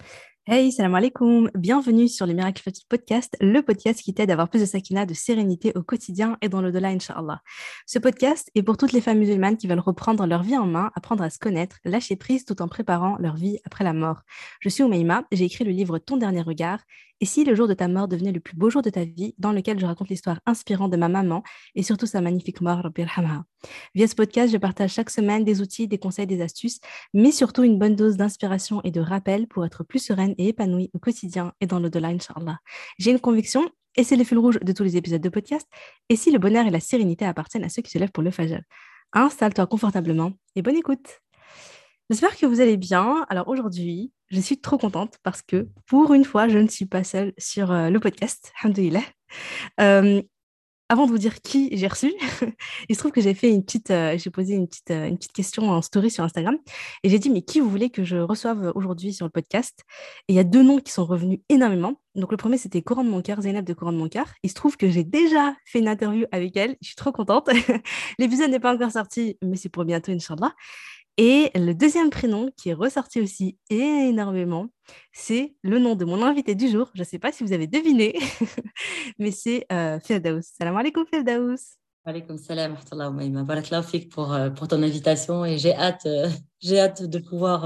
Hey, salam alaikum, bienvenue sur le Miracle Fatigue Podcast, le podcast qui t'aide à avoir plus de sakina, de sérénité au quotidien et dans l'au-delà, Inch'Allah. Ce podcast est pour toutes les femmes musulmanes qui veulent reprendre leur vie en main, apprendre à se connaître, lâcher prise tout en préparant leur vie après la mort. Je suis Oumaima, j'ai écrit le livre Ton dernier regard, et si le jour de ta mort devenait le plus beau jour de ta vie, dans lequel je raconte l'histoire inspirante de ma maman et surtout sa magnifique mort, Rabbi yarhamha. Via ce podcast, je partage chaque semaine des outils, des conseils, des astuces mais surtout une bonne dose d'inspiration et de rappel pour être plus sereine et épanouie au quotidien et dans l'au-delà, Inch'Allah. J'ai une conviction, et c'est le fil rouge de tous les épisodes de podcast, et si le bonheur et la sérénité appartiennent à ceux qui se lèvent pour le fajr. Installe-toi confortablement et bonne écoute. J'espère que vous allez bien. Alors aujourd'hui, je suis trop contente parce que pour une fois, je ne suis pas seule sur le podcast. Alhamdoulilah. Euh, Avant de vous dire qui j'ai reçu, il se trouve que j'ai posé une petite question en story sur Instagram et j'ai dit, mais qui vous voulez que je reçoive aujourd'hui sur le podcast? Et il y a deux noms qui sont revenus énormément. Donc le premier, c'était Coran de mon cœur, Zainab de Coran de mon cœur. Il se trouve que j'ai déjà fait une interview avec elle. Je suis trop contente. L'épisode n'est pas encore sorti, mais c'est pour bientôt, Inch'Allah. Et le deuxième prénom qui est ressorti aussi énormément, c'est le nom de mon invité du jour. Je ne sais pas si vous avez deviné, mais c'est Firdaus. Salam alaikum Firdaus. Alaykoum salam, wa rahmatullah, Umaima. Barakallahu fik pour ton invitation et j'ai hâte de pouvoir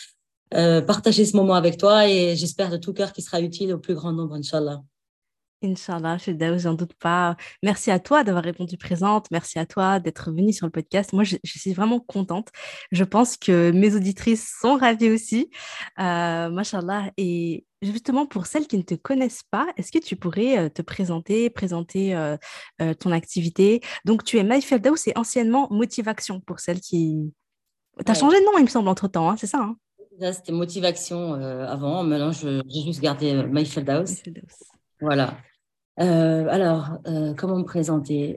partager ce moment avec toi et j'espère de tout cœur qu'il sera utile au plus grand nombre, Inch'Allah. Inch'Allah, Firdaus, j'en doute pas. Merci à toi d'avoir répondu présente. Merci à toi d'être venue sur le podcast. Moi, je suis vraiment contente. Je pense que mes auditrices sont ravées aussi. Mashallah. Et justement, pour celles qui ne te connaissent pas, est-ce que tu pourrais te présenter ton activité? Donc, tu es Maï Firdaus et anciennement Motivation pour celles qui... Tu as Ouais, changé de nom, il me semble, entre-temps, hein, c'est ça, hein? ça, c'était Motivation avant. Maintenant, j'ai juste gardé My Maï Firdaus. Firdaus. Voilà. Comment me présenter?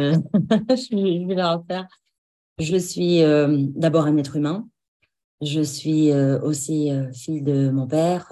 Je vais la refaire. Je suis d'abord un être humain. Je suis aussi fille de mon père,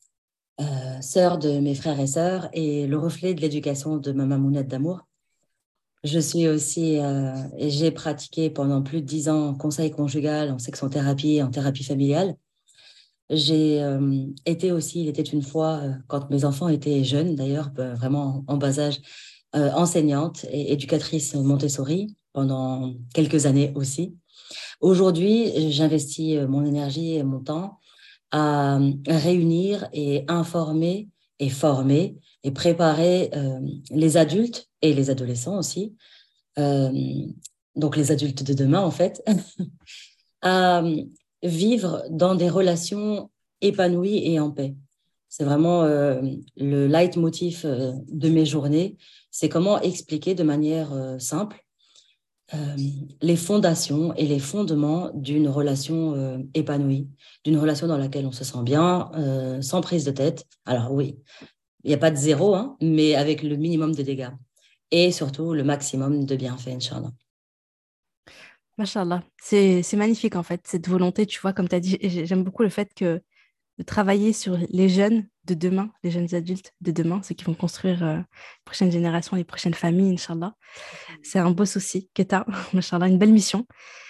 sœur de mes frères et sœurs et le reflet de l'éducation de ma mamounette d'amour. Je suis aussi, et j'ai pratiqué pendant plus de 10 ans en conseil conjugal, en sexothérapie, en thérapie familiale. J'ai été aussi, il était une fois, quand mes enfants étaient jeunes d'ailleurs, vraiment en bas âge, enseignante et éducatrice Montessori pendant quelques années aussi. Aujourd'hui, j'investis mon énergie et mon temps à réunir et informer et former et préparer les adultes et les adolescents aussi, euh, donc les adultes de demain en fait, à vivre dans des relations épanouies et en paix. C'est vraiment le leitmotiv de mes journées. C'est comment expliquer de manière simple euh, les fondations et les fondements d'une relation épanouie, d'une relation dans laquelle on se sent bien, sans prise de tête. Alors oui, il n'y a pas de zéro, hein, mais avec le minimum de dégâts. Et surtout, le maximum de bienfaits, Inch'Allah. Mashallah. C'est magnifique en fait, cette volonté, tu vois, comme tu as dit, et j'aime beaucoup le fait que de travailler sur les jeunes de demain, les jeunes adultes de demain, ceux qui vont construire les prochaines générations, les prochaines familles, Inch'Allah. C'est un beau souci que tu as, Mashallah, une belle mission.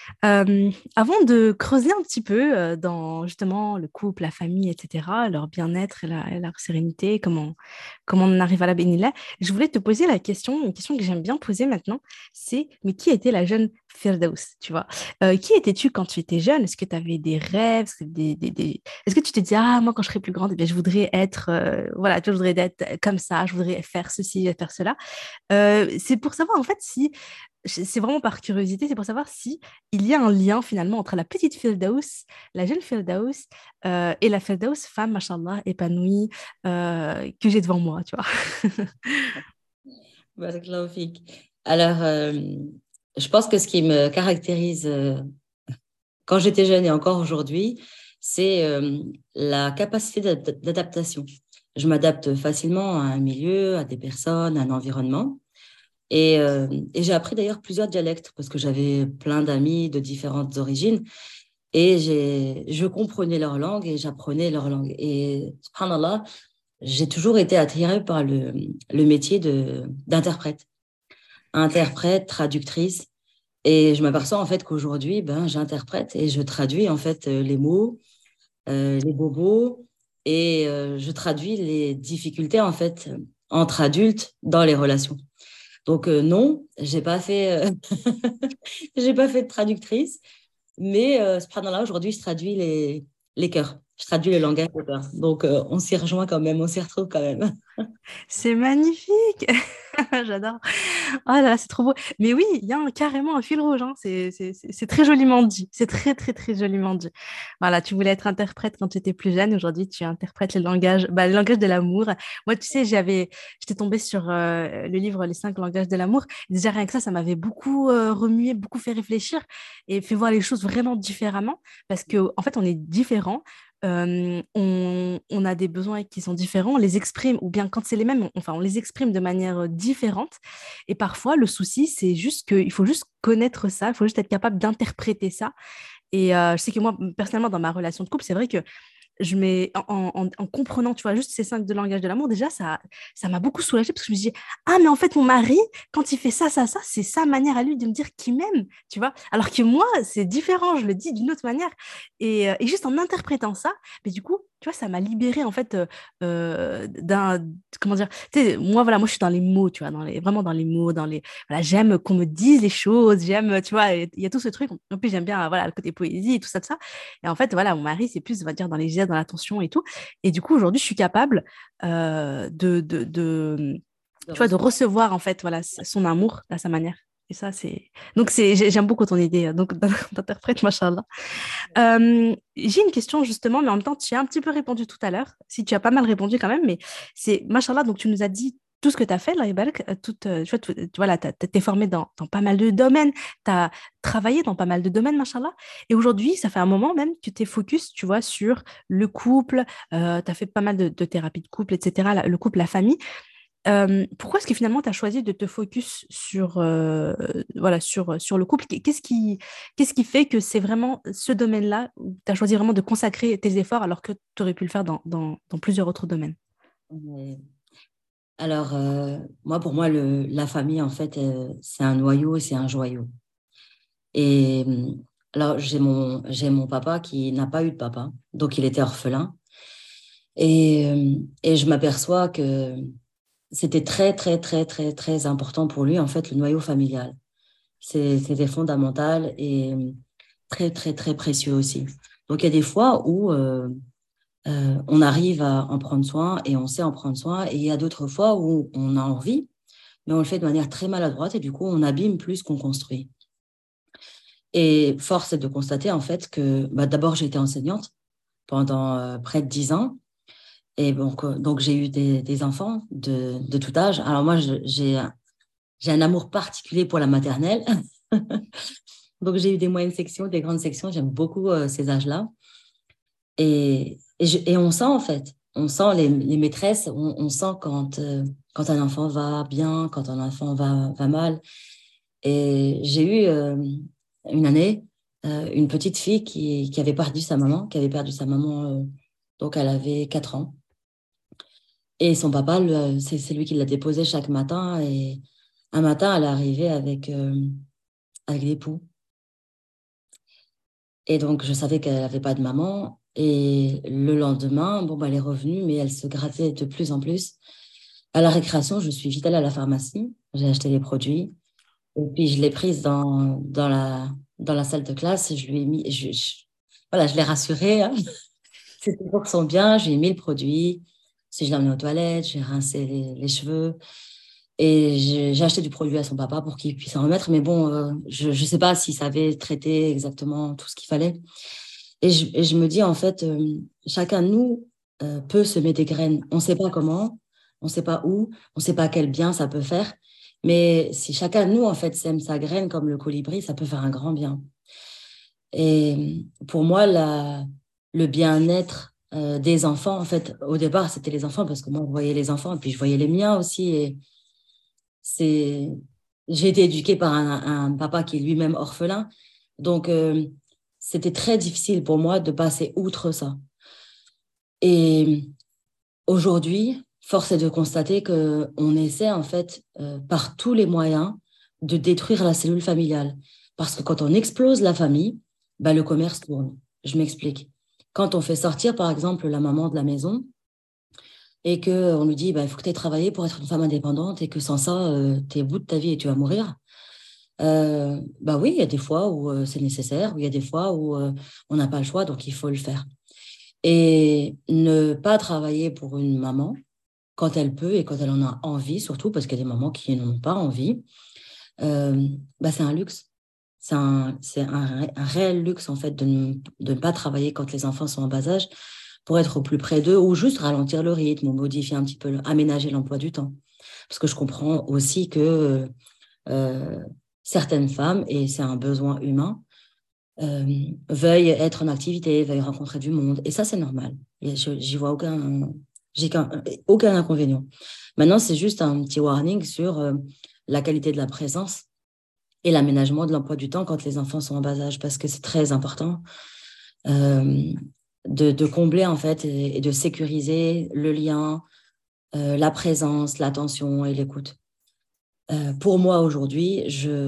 Avant de creuser un petit peu dans justement le couple, la famille, etc., leur bien-être et leur sérénité, comment on en arrive à la bénila, je voulais te poser la question, une question que j'aime bien poser maintenant, c'est mais qui était la jeune Firdaus, tu vois? Qui étais-tu quand tu étais jeune? Est-ce que tu avais des rêves? Est-ce que tu te disais, ah, moi quand je serai plus grande, eh bien, je voudrais être, voilà, tu vois, je voudrais être comme ça, je voudrais faire ceci, faire cela. C'est pour savoir en fait si c'est vraiment par curiosité, c'est pour savoir si il y a un lien finalement entre la petite Firdaus, la jeune Firdaus et la Firdaus femme, machallah, épanouie que j'ai devant moi, tu vois. Barakallahu fik. Alors, je pense que ce qui me caractérise quand j'étais jeune et encore aujourd'hui, c'est la capacité d'adaptation. Je m'adapte facilement à un milieu, à des personnes, à un environnement. Et j'ai appris d'ailleurs plusieurs dialectes parce que j'avais plein d'amis de différentes origines et je comprenais leur langue et j'apprenais leur langue. Et subhanallah, j'ai toujours été attirée par le métier d'interprète, interprète, traductrice. Et je m'aperçois en fait qu'aujourd'hui, ben, j'interprète et je traduis en fait les mots, les bobos, et je traduis les difficultés en fait entre adultes dans les relations. Donc non, j'ai pas fait, j'ai pas fait de traductrice, mais subhanallah, aujourd'hui, je traduis les cœurs. Je traduis le langage des cœurs. Donc on s'y rejoint quand même, on s'y retrouve quand même. C'est magnifique. J'adore. Oh là là, c'est trop beau. Mais oui, il y a carrément un fil rouge, hein. C'est très joliment dit. C'est très, très, très joliment dit. Voilà, tu voulais être interprète quand tu étais plus jeune. Aujourd'hui, tu interprètes le langage de l'amour. Moi, tu sais, j'étais tombée sur le livre Les 5 langages de l'amour. Déjà, rien que ça m'avait beaucoup remué, beaucoup fait réfléchir et fait voir les choses vraiment différemment parce que, en fait, on est différents. On a des besoins qui sont différents, on les exprime, ou bien quand c'est les mêmes, enfin, on les exprime de manière différente. Et parfois, le souci, c'est juste qu'il faut juste connaître ça, il faut juste être capable d'interpréter ça. Et je sais que moi, personnellement, dans ma relation de couple, c'est vrai que en comprenant, tu vois, juste ces 5 langages de l'amour, déjà, ça m'a beaucoup soulagée parce que je me dis, ah, mais en fait, mon mari, quand il fait ça, ça, ça, c'est sa manière à lui de me dire qu'il m'aime, tu vois. Alors que moi, c'est différent, je le dis d'une autre manière. Et juste en interprétant ça, mais du coup, tu vois, ça m'a libérée, en fait, d'un, comment dire, tu sais, moi, voilà, moi, je suis dans les mots, tu vois, vraiment dans les mots, voilà, j'aime qu'on me dise les choses, j'aime, tu vois, il y a tout ce truc. En plus, j'aime bien, voilà, le côté poésie et tout ça, tout ça. Et en fait, voilà, mon mari, c'est plus, on va dire, dans les gestes, dans l'attention et tout. Et du coup, aujourd'hui, je suis capable De tu vois, de recevoir. recevoir, en fait, voilà, son amour à sa manière. Et ça, c'est... Donc, j'aime beaucoup ton idée donc, d'interprète, machallah. J'ai une question, justement, mais en même temps, tu as un petit peu répondu tout à l'heure. Si tu as pas mal répondu quand même, mais c'est, machallah, donc tu nous as dit tout ce que tu as fait, là, Ibarak, tu vois, tu vois, là, t'es formé dans pas mal de domaines, tu as travaillé dans pas mal de domaines, machallah. Et aujourd'hui, ça fait un moment même que tu es focus, tu vois, sur le couple, tu as fait pas mal de thérapies de couple, etc., le couple, la famille. Pourquoi est-ce que finalement tu as choisi de te focus sur, voilà, sur le couple? Qu'est-ce qui fait que c'est vraiment ce domaine-là où tu as choisi vraiment de consacrer tes efforts alors que tu aurais pu le faire dans plusieurs autres domaines? Mais- Alors, moi, pour moi, la famille, en fait, c'est un noyau et c'est un joyau. Et alors, j'ai mon papa qui n'a pas eu de papa, donc il était orphelin. Et je m'aperçois que c'était très, très, très, très, très important pour lui, en fait, le noyau familial. C'était fondamental et très, très, très précieux aussi. Donc, il y a des fois où on arrive à en prendre soin et on sait en prendre soin. Et il y a d'autres fois où on a envie, mais on le fait de manière très maladroite et du coup, on abîme plus qu'on construit. Et force est de constater, en fait, que bah, d'abord, j'ai été enseignante pendant près de 10 ans. Et donc j'ai eu des enfants de tout âge. Alors moi, j'ai un amour particulier pour la maternelle. Donc j'ai eu des moyennes sections, des grandes sections. J'aime beaucoup ces âges-là. Et on sent en fait, on sent les maîtresses, on sent quand un enfant va bien, quand un enfant va mal. Et j'ai eu une année une petite fille qui avait perdu sa maman, donc elle avait 4 ans. Et son papa, c'est lui qui l'a déposée chaque matin. Et un matin, elle est arrivée avec des poux. Et donc, je savais qu'elle n'avait pas de maman. Et le lendemain, bon, bah, elle est revenue, mais elle se grattait de plus en plus. À la récréation, je suis vite allée à la pharmacie. J'ai acheté les produits. Et puis, je l'ai prise dans la salle de classe. Je lui ai mis, voilà, je l'ai rassurée, hein. C'était pour son bien. Je lui ai mis le produit. Si je l'ai emmené aux toilettes, j'ai rincé les cheveux. Et j'ai acheté du produit à son papa pour qu'il puisse en remettre. Mais bon, je ne sais pas s'il savait traiter exactement tout ce qu'il fallait. Et je me dis, en fait, chacun de nous peut semer des graines. On ne sait pas comment, on ne sait pas où, on ne sait pas quel bien ça peut faire. Mais si chacun de nous, en fait, sème sa graine comme le colibri, ça peut faire un grand bien. Et pour moi, le bien-être des enfants, en fait, au départ, c'était les enfants parce que moi, je voyais les enfants et puis je voyais les miens aussi. Et c'est, j'ai été éduquée par un papa qui est lui-même orphelin. Donc, c'était très difficile pour moi de passer outre ça. Et aujourd'hui, force est de constater qu'on essaie, en fait, par tous les moyens, de détruire la cellule familiale. Parce que quand on explose la famille, bah, le commerce tourne. Je m'explique. quand on fait sortir, par exemple, la maman de la maison et qu'on lui dit, bah, il faut que tu aies travaillé pour être une femme indépendante et que sans ça, tu es au bout de ta vie et tu vas mourir. Bah oui, il y a des fois où c'est nécessaire, où il y a des fois où on n'a pas le choix, donc il faut le faire. Et ne pas travailler pour une maman quand elle peut et quand elle en a envie, surtout parce qu'il y a des mamans qui n'en ont pas envie, bah c'est un luxe. C'est un réel luxe, en fait, de ne pas travailler quand les enfants sont en bas âge pour être au plus près d'eux ou juste ralentir le rythme ou modifier un petit peu, aménager l'emploi du temps. Parce que je comprends aussi que euh, certaines femmes, et c'est un besoin humain, euh, veuillent être en activité, veuillent rencontrer du monde. Et ça, c'est normal. Et j'y vois aucun inconvénient. Maintenant, c'est juste un petit warning sur la qualité de la présence et l'aménagement de l'emploi du temps quand les enfants sont en bas âge, parce que c'est très important euh, de combler, en fait, et de sécuriser le lien, la présence, l'attention et l'écoute. Pour moi, aujourd'hui,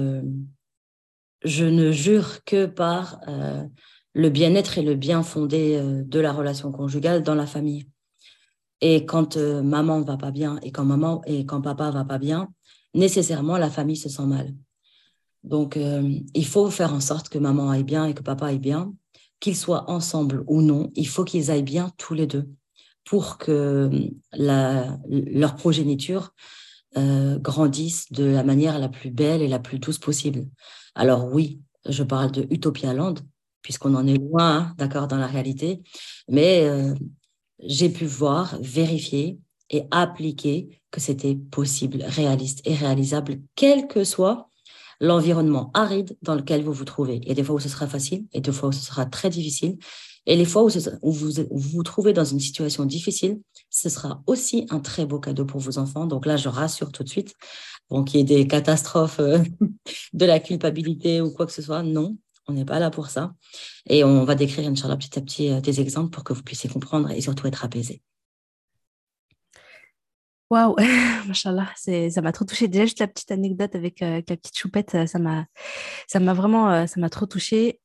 je ne jure que par le bien-être et le bien fondé de la relation conjugale dans la famille. Et quand maman va pas bien et quand papa va pas bien, nécessairement la famille se sent mal. Donc il faut faire en sorte que maman aille bien et que papa aille bien, qu'ils soient ensemble ou non, il faut qu'ils aillent bien tous les deux pour que leur progéniture grandissent de la manière la plus belle et la plus douce possible. Alors oui, je parle de Utopia Land, puisqu'on en est loin, hein, d'accord, dans la réalité, mais j'ai pu voir, vérifier et appliquer que c'était possible, réaliste et réalisable, quel que soit l'environnement aride dans lequel vous vous trouvez. Il y a des fois où ce sera facile et des fois où ce sera très difficile. Et les fois où vous vous trouvez dans une situation difficile, ce sera aussi un très beau cadeau pour vos enfants. Donc là, je rassure tout de suite. Bon, qu'il y ait des catastrophes, de la culpabilité ou quoi que ce soit, non, on n'est pas là pour ça. Et on va décrire, Inch'Allah, petit à petit des exemples pour que vous puissiez comprendre et surtout être apaisé. Waouh, machallah, ça m'a trop touchée. Déjà, juste la petite anecdote avec la petite choupette, ça m'a vraiment, ça m'a trop touchée.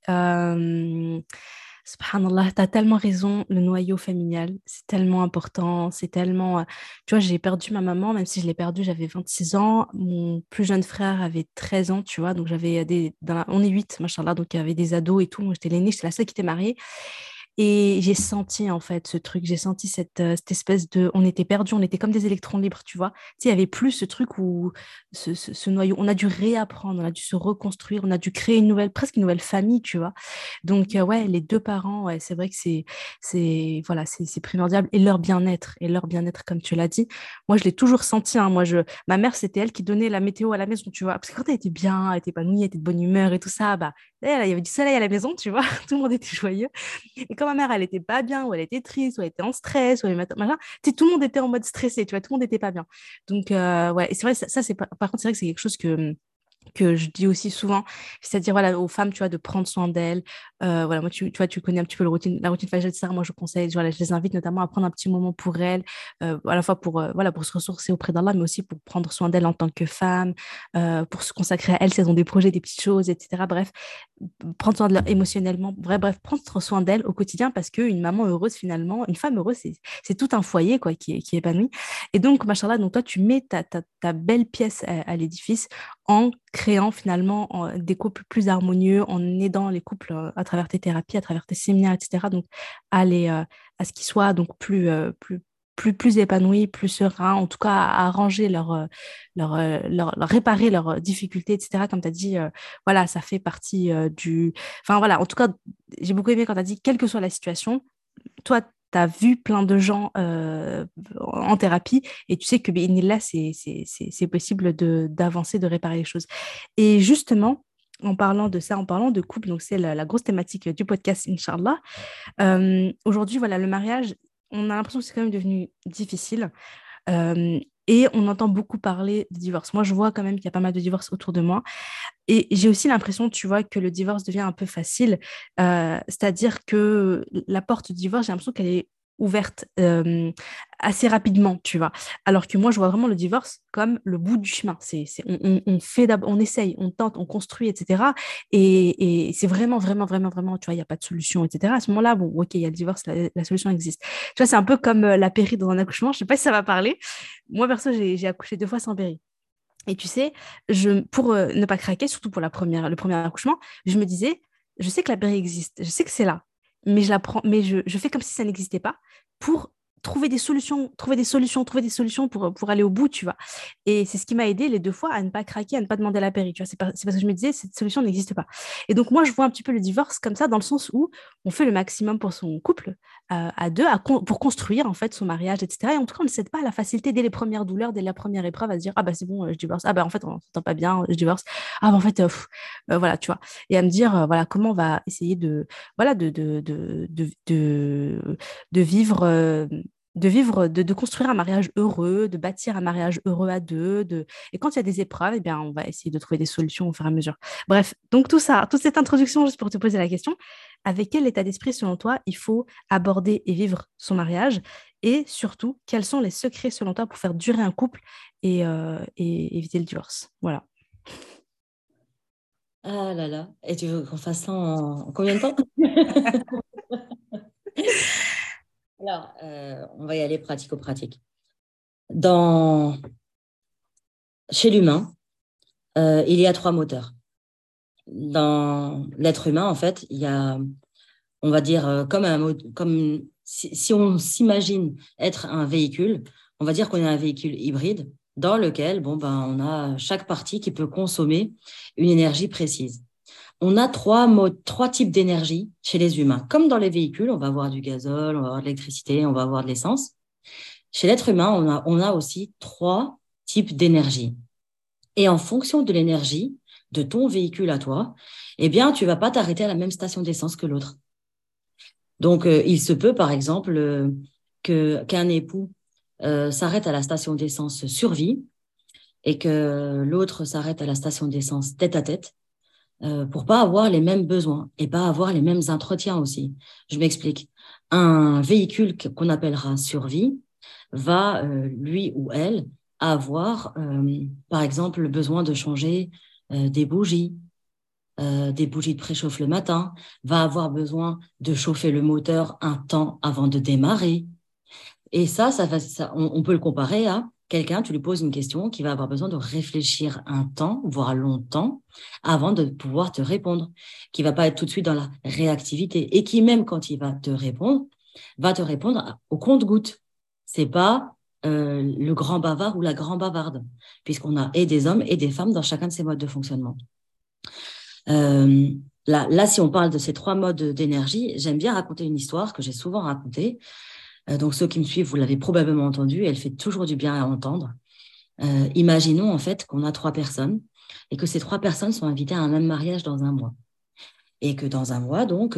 Subhanallah, t'as tellement raison, le noyau familial, c'est tellement important, c'est tellement... tu vois, j'ai perdu ma maman, même si je l'ai perdue, j'avais 26 ans. Mon plus jeune frère avait 13 ans, tu vois, donc j'avais on est 8, machallah, donc il y avait des ados et tout. Moi, j'étais l'aînée, j'étais la seule qui était mariée. Et j'ai senti en fait ce truc, j'ai senti cette espèce de... On était perdus, on était comme des électrons libres, tu vois. Tu sais, il n'y avait plus ce truc où ce noyau, on a dû réapprendre, on a dû se reconstruire, on a dû créer presque une nouvelle famille, tu vois. Donc, ouais, les deux parents, ouais, c'est vrai que voilà, c'est primordial. Et leur bien-être, comme tu l'as dit. Moi, je l'ai toujours senti, hein. Ma mère, c'était elle qui donnait la météo à la maison, tu vois. Parce que quand elle était bien, elle était épanouie, elle était de bonne humeur et tout ça, bah, il y avait du soleil à la maison, tu vois. Tout le monde était joyeux. Et quand ma mère, elle était pas bien, ou elle était triste, ou elle était en stress, ou elle machin, tu sais, tout le monde était en mode stressé, tu vois, tout le monde était pas bien. Donc, ouais, et c'est vrai, ça c'est par contre, c'est vrai que c'est quelque chose que je dis aussi souvent, c'est-à-dire voilà, aux femmes, tu vois, de prendre soin d'elles. Voilà, moi, tu vois, tu connais un petit peu la routine Fajr, etc. Moi, je conseille, voilà, je les invite notamment à prendre un petit moment pour elles, à la fois voilà, pour se ressourcer auprès d'Allah, mais aussi pour prendre soin d'elles en tant que femme, pour se consacrer à elles si elles ont des projets, des petites choses, etc. Bref, prendre soin de leur émotionnellement, bref, prendre soin d'elles au quotidien parce qu'une maman heureuse, finalement, une femme heureuse, c'est tout un foyer, quoi, qui est épanoui. Et donc, machallah, donc toi, tu mets ta belle pièce à l'édifice en créant finalement des couples plus harmonieux, en aidant les couples à travers tes thérapies, à travers tes séminaires, etc. Donc, à ce qu'ils soient donc plus épanouis, plus sereins, en tout cas à arranger réparer leurs difficultés, etc. Comme tu as dit, voilà, ça fait partie du... Enfin voilà, en tout cas, j'ai beaucoup aimé quand tu as dit, quelle que soit la situation, toi, tu as vu plein de gens en thérapie et tu sais que là, c'est possible d'avancer, de réparer les choses. Et justement, en parlant de ça, en parlant de couple, donc c'est la grosse thématique du podcast, Inch'Allah. Aujourd'hui, voilà, le mariage, on a l'impression que c'est quand même devenu difficile. Euh, et on entend beaucoup parler de divorce. Moi, je vois quand même qu'il y a pas mal de divorces autour de moi. Et j'ai aussi l'impression, tu vois, que le divorce devient un peu facile. C'est-à-dire que la porte du divorce, j'ai l'impression qu'elle est ouverte assez rapidement, tu vois. Alors que moi, je vois vraiment le divorce comme le bout du chemin. On fait on essaye, on tente, on construit, etc. Et c'est vraiment, vraiment, vraiment, vraiment, tu vois, il n'y a pas de solution, etc. À ce moment-là, bon, ok, il y a le divorce, la solution existe. Tu vois, c'est un peu comme la péri dans un accouchement. Je ne sais pas si ça va parler. Moi, perso, j'ai accouché 2 fois sans péri. Et tu sais, pour ne pas craquer, surtout pour le premier accouchement, je me disais, je sais que la péri existe, je sais que c'est là, mais je la prends, mais je fais comme si ça n'existait pas pour trouver des solutions, trouver des solutions, trouver des solutions pour aller au bout, tu vois. Et c'est ce qui m'a aidé les 2 fois à ne pas craquer, à ne pas demander la péri, tu vois. C'est parce que je me disais, cette solution n'existe pas. Et donc, moi, je vois un petit peu le divorce comme ça, dans le sens où on fait le maximum pour son couple, à deux, pour construire en fait son mariage, etc. Et en tout cas, on ne cède pas à la facilité dès les premières douleurs, dès la première épreuve, à se dire ah bah c'est bon, je divorce. Ah bah en fait on s'entend pas bien, je divorce. Ah bah en fait voilà, tu vois. Et à me dire voilà comment on va essayer de voilà de vivre. De construire un mariage heureux, de bâtir un mariage heureux à deux. Et quand il y a des épreuves, eh bien, on va essayer de trouver des solutions au fur et à mesure. Bref, donc tout ça, toute cette introduction, juste pour te poser la question, avec quel état d'esprit, selon toi, il faut aborder et vivre son mariage? Et surtout, quels sont les secrets, selon toi, pour faire durer un couple et éviter le divorce? Voilà. Ah là là. Et tu veux qu'on fasse ça en combien de temps? Alors, on va y aller pratico-pratique. Dans... Chez l'humain, il y a 3 moteurs. Dans l'être humain, en fait, il y a, on va dire, comme si on s'imagine être un véhicule, on va dire qu'on est un véhicule hybride dans lequel bon, ben, on a chaque partie qui peut consommer une énergie précise. On a 3 types d'énergie chez les humains. Comme dans les véhicules, on va avoir du gazole, on va avoir de l'électricité, on va avoir de l'essence. Chez l'être humain, on a aussi 3 types d'énergie. Et en fonction de l'énergie de ton véhicule à toi, eh bien, tu vas pas t'arrêter à la même station d'essence que l'autre. Donc, il se peut, par exemple, qu'un époux s'arrête à la station d'essence survie et que l'autre s'arrête à la station d'essence tête à tête pour pas avoir les mêmes besoins et pas avoir les mêmes entretiens aussi. Je m'explique. Un véhicule qu'on appellera survie va, lui ou elle, avoir, par exemple, le besoin de changer des bougies de préchauffe le matin, va avoir besoin de chauffer le moteur un temps avant de démarrer. Et on peut le comparer à quelqu'un, tu lui poses une question qui va avoir besoin de réfléchir un temps, voire longtemps, avant de pouvoir te répondre, qui va pas être tout de suite dans la réactivité et qui, même quand il va te répondre au compte-gouttes. C'est pas le grand bavard ou la grande bavarde, puisqu'on a et des hommes et des femmes dans chacun de ces modes de fonctionnement. Là, si on parle de ces 3 modes d'énergie, j'aime bien raconter une histoire que j'ai souvent racontée. Donc, ceux qui me suivent, vous l'avez probablement entendue, elle fait toujours du bien à entendre. Imaginons en fait qu'on a 3 personnes et que ces 3 personnes sont invitées à un même mariage dans un mois. Et que dans un mois, donc,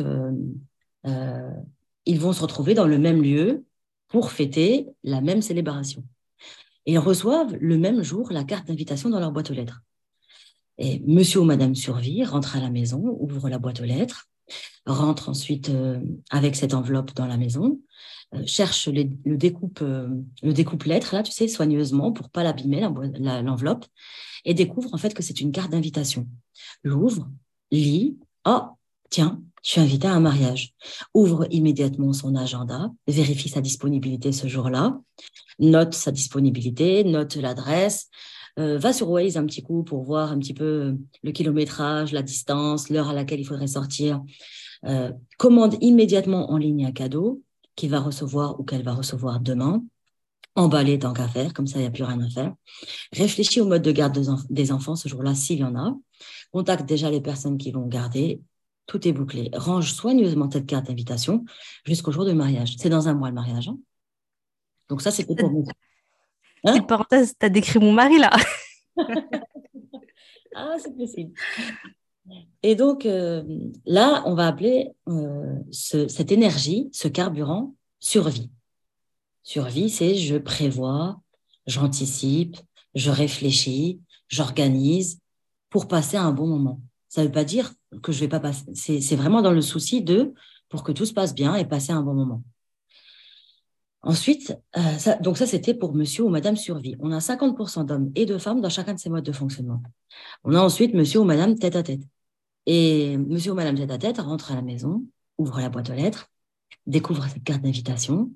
ils vont se retrouver dans le même lieu pour fêter la même célébration. Et ils reçoivent le même jour la carte d'invitation dans leur boîte aux lettres. Et monsieur ou madame Survie rentre à la maison, ouvre la boîte aux lettres, rentre ensuite avec cette enveloppe dans la maison, cherche le découpe lettres, là, tu sais, soigneusement pour pas l'abîmer, l'enveloppe, et découvre en fait que c'est une carte d'invitation. L'ouvre, lit, oh, tiens, je suis invitée à un mariage. Ouvre immédiatement son agenda, vérifie sa disponibilité ce jour-là, note sa disponibilité, note l'adresse, va sur Waze un petit coup pour voir un petit peu le kilométrage, la distance, l'heure à laquelle il faudrait sortir. Commande immédiatement en ligne un cadeau qu'il va recevoir ou qu'elle va recevoir demain. Emballé tant qu'à faire, comme ça, il n'y a plus rien à faire. Réfléchis au mode de garde des enfants ce jour-là, s'il y en a. Contacte déjà les personnes qui vont garder. Tout est bouclé. Range soigneusement cette carte d'invitation jusqu'au jour du mariage. C'est dans un mois le mariage. Hein. Donc ça, c'était pour vous. Petite parenthèse, t'as décrit mon mari là. Ah, c'est possible. Et donc, là, on va appeler cette énergie, ce carburant, survie. Survie, c'est je prévois, j'anticipe, je réfléchis, j'organise pour passer un bon moment. Ça ne veut pas dire que je vais pas passer. C'est vraiment dans le souci pour que tout se passe bien et passer un bon moment. Ensuite, donc ça, c'était pour monsieur ou madame survie. On a 50% d'hommes et de femmes dans chacun de ces modes de fonctionnement. On a ensuite monsieur ou madame tête à tête. Et monsieur ou madame tête à tête rentre à la maison, ouvre la boîte aux lettres, découvre cette carte d'invitation.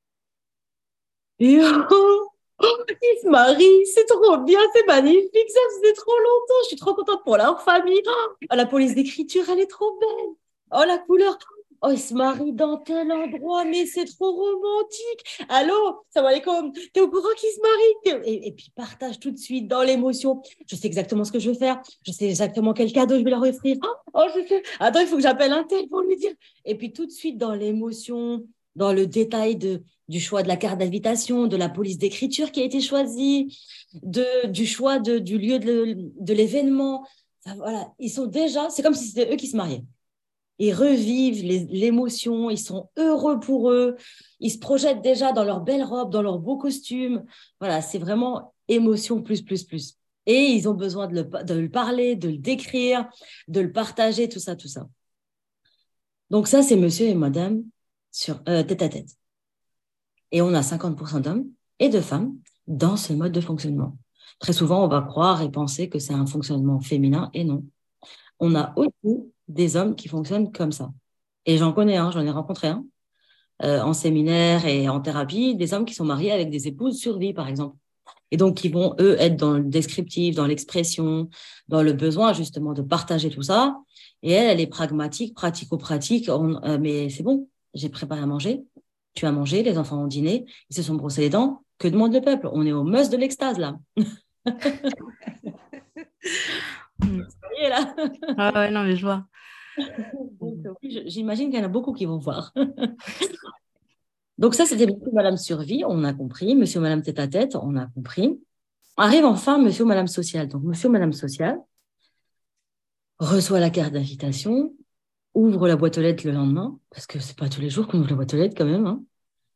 Et ils se marient, c'est trop bien, c'est magnifique, ça faisait trop longtemps, je suis trop contente pour leur famille. La police d'écriture, elle est trop belle. Oh, la couleur. Oh, ils se marient dans tel endroit, mais c'est trop romantique. Allô, salam alaikum, t'es au courant qu'ils se marient? Et puis, partage tout de suite dans l'émotion. Je sais exactement ce que je veux faire. Je sais exactement quel cadeau je vais leur offrir. Je sais. Attends, il faut que j'appelle un tel pour lui dire. Et puis, tout de suite dans l'émotion, dans le détail du choix de la carte d'invitation, de la police d'écriture qui a été choisie, du choix du lieu de l'événement. Enfin, voilà, ils sont déjà, c'est comme si c'était eux qui se mariaient. Ils revivent l'émotion, ils sont heureux pour eux, ils se projettent déjà dans leurs belles robes, dans leurs beaux costumes. Voilà, c'est vraiment émotion plus, plus, plus. Et ils ont besoin de le parler, de le décrire, de le partager, tout ça, tout ça. Donc ça, c'est monsieur et madame sur tête à tête. Et on a 50% d'hommes et de femmes dans ce mode de fonctionnement. Très souvent, on va croire et penser que c'est un fonctionnement féminin, et non. On a aussi des hommes qui fonctionnent comme ça. Et j'en connais un, j'en ai rencontré un en séminaire et en thérapie, des hommes qui sont mariés avec des épouses survie, par exemple. Et donc, qui vont, eux, être dans le descriptif, dans l'expression, dans le besoin, justement, de partager tout ça. Et elle est pragmatique, pratico-pratique. Mais c'est bon, j'ai préparé à manger. Tu as mangé, les enfants ont dîné, ils se sont brossés les dents. Que demande le peuple? On est au must de l'extase, là. Vous voyez, là. Ah ouais, non, mais je vois. Donc, oui, j'imagine qu'il y en a beaucoup qui vont voir. Donc ça, c'était monsieur ou madame survie, on a compris. Monsieur ou madame tête à tête, on a compris. Arrive enfin monsieur ou madame social. Donc monsieur ou madame social reçoit la carte d'invitation, ouvre la boîte aux lettres le lendemain, parce que c'est pas tous les jours qu'on ouvre la boîte aux lettres quand même, hein.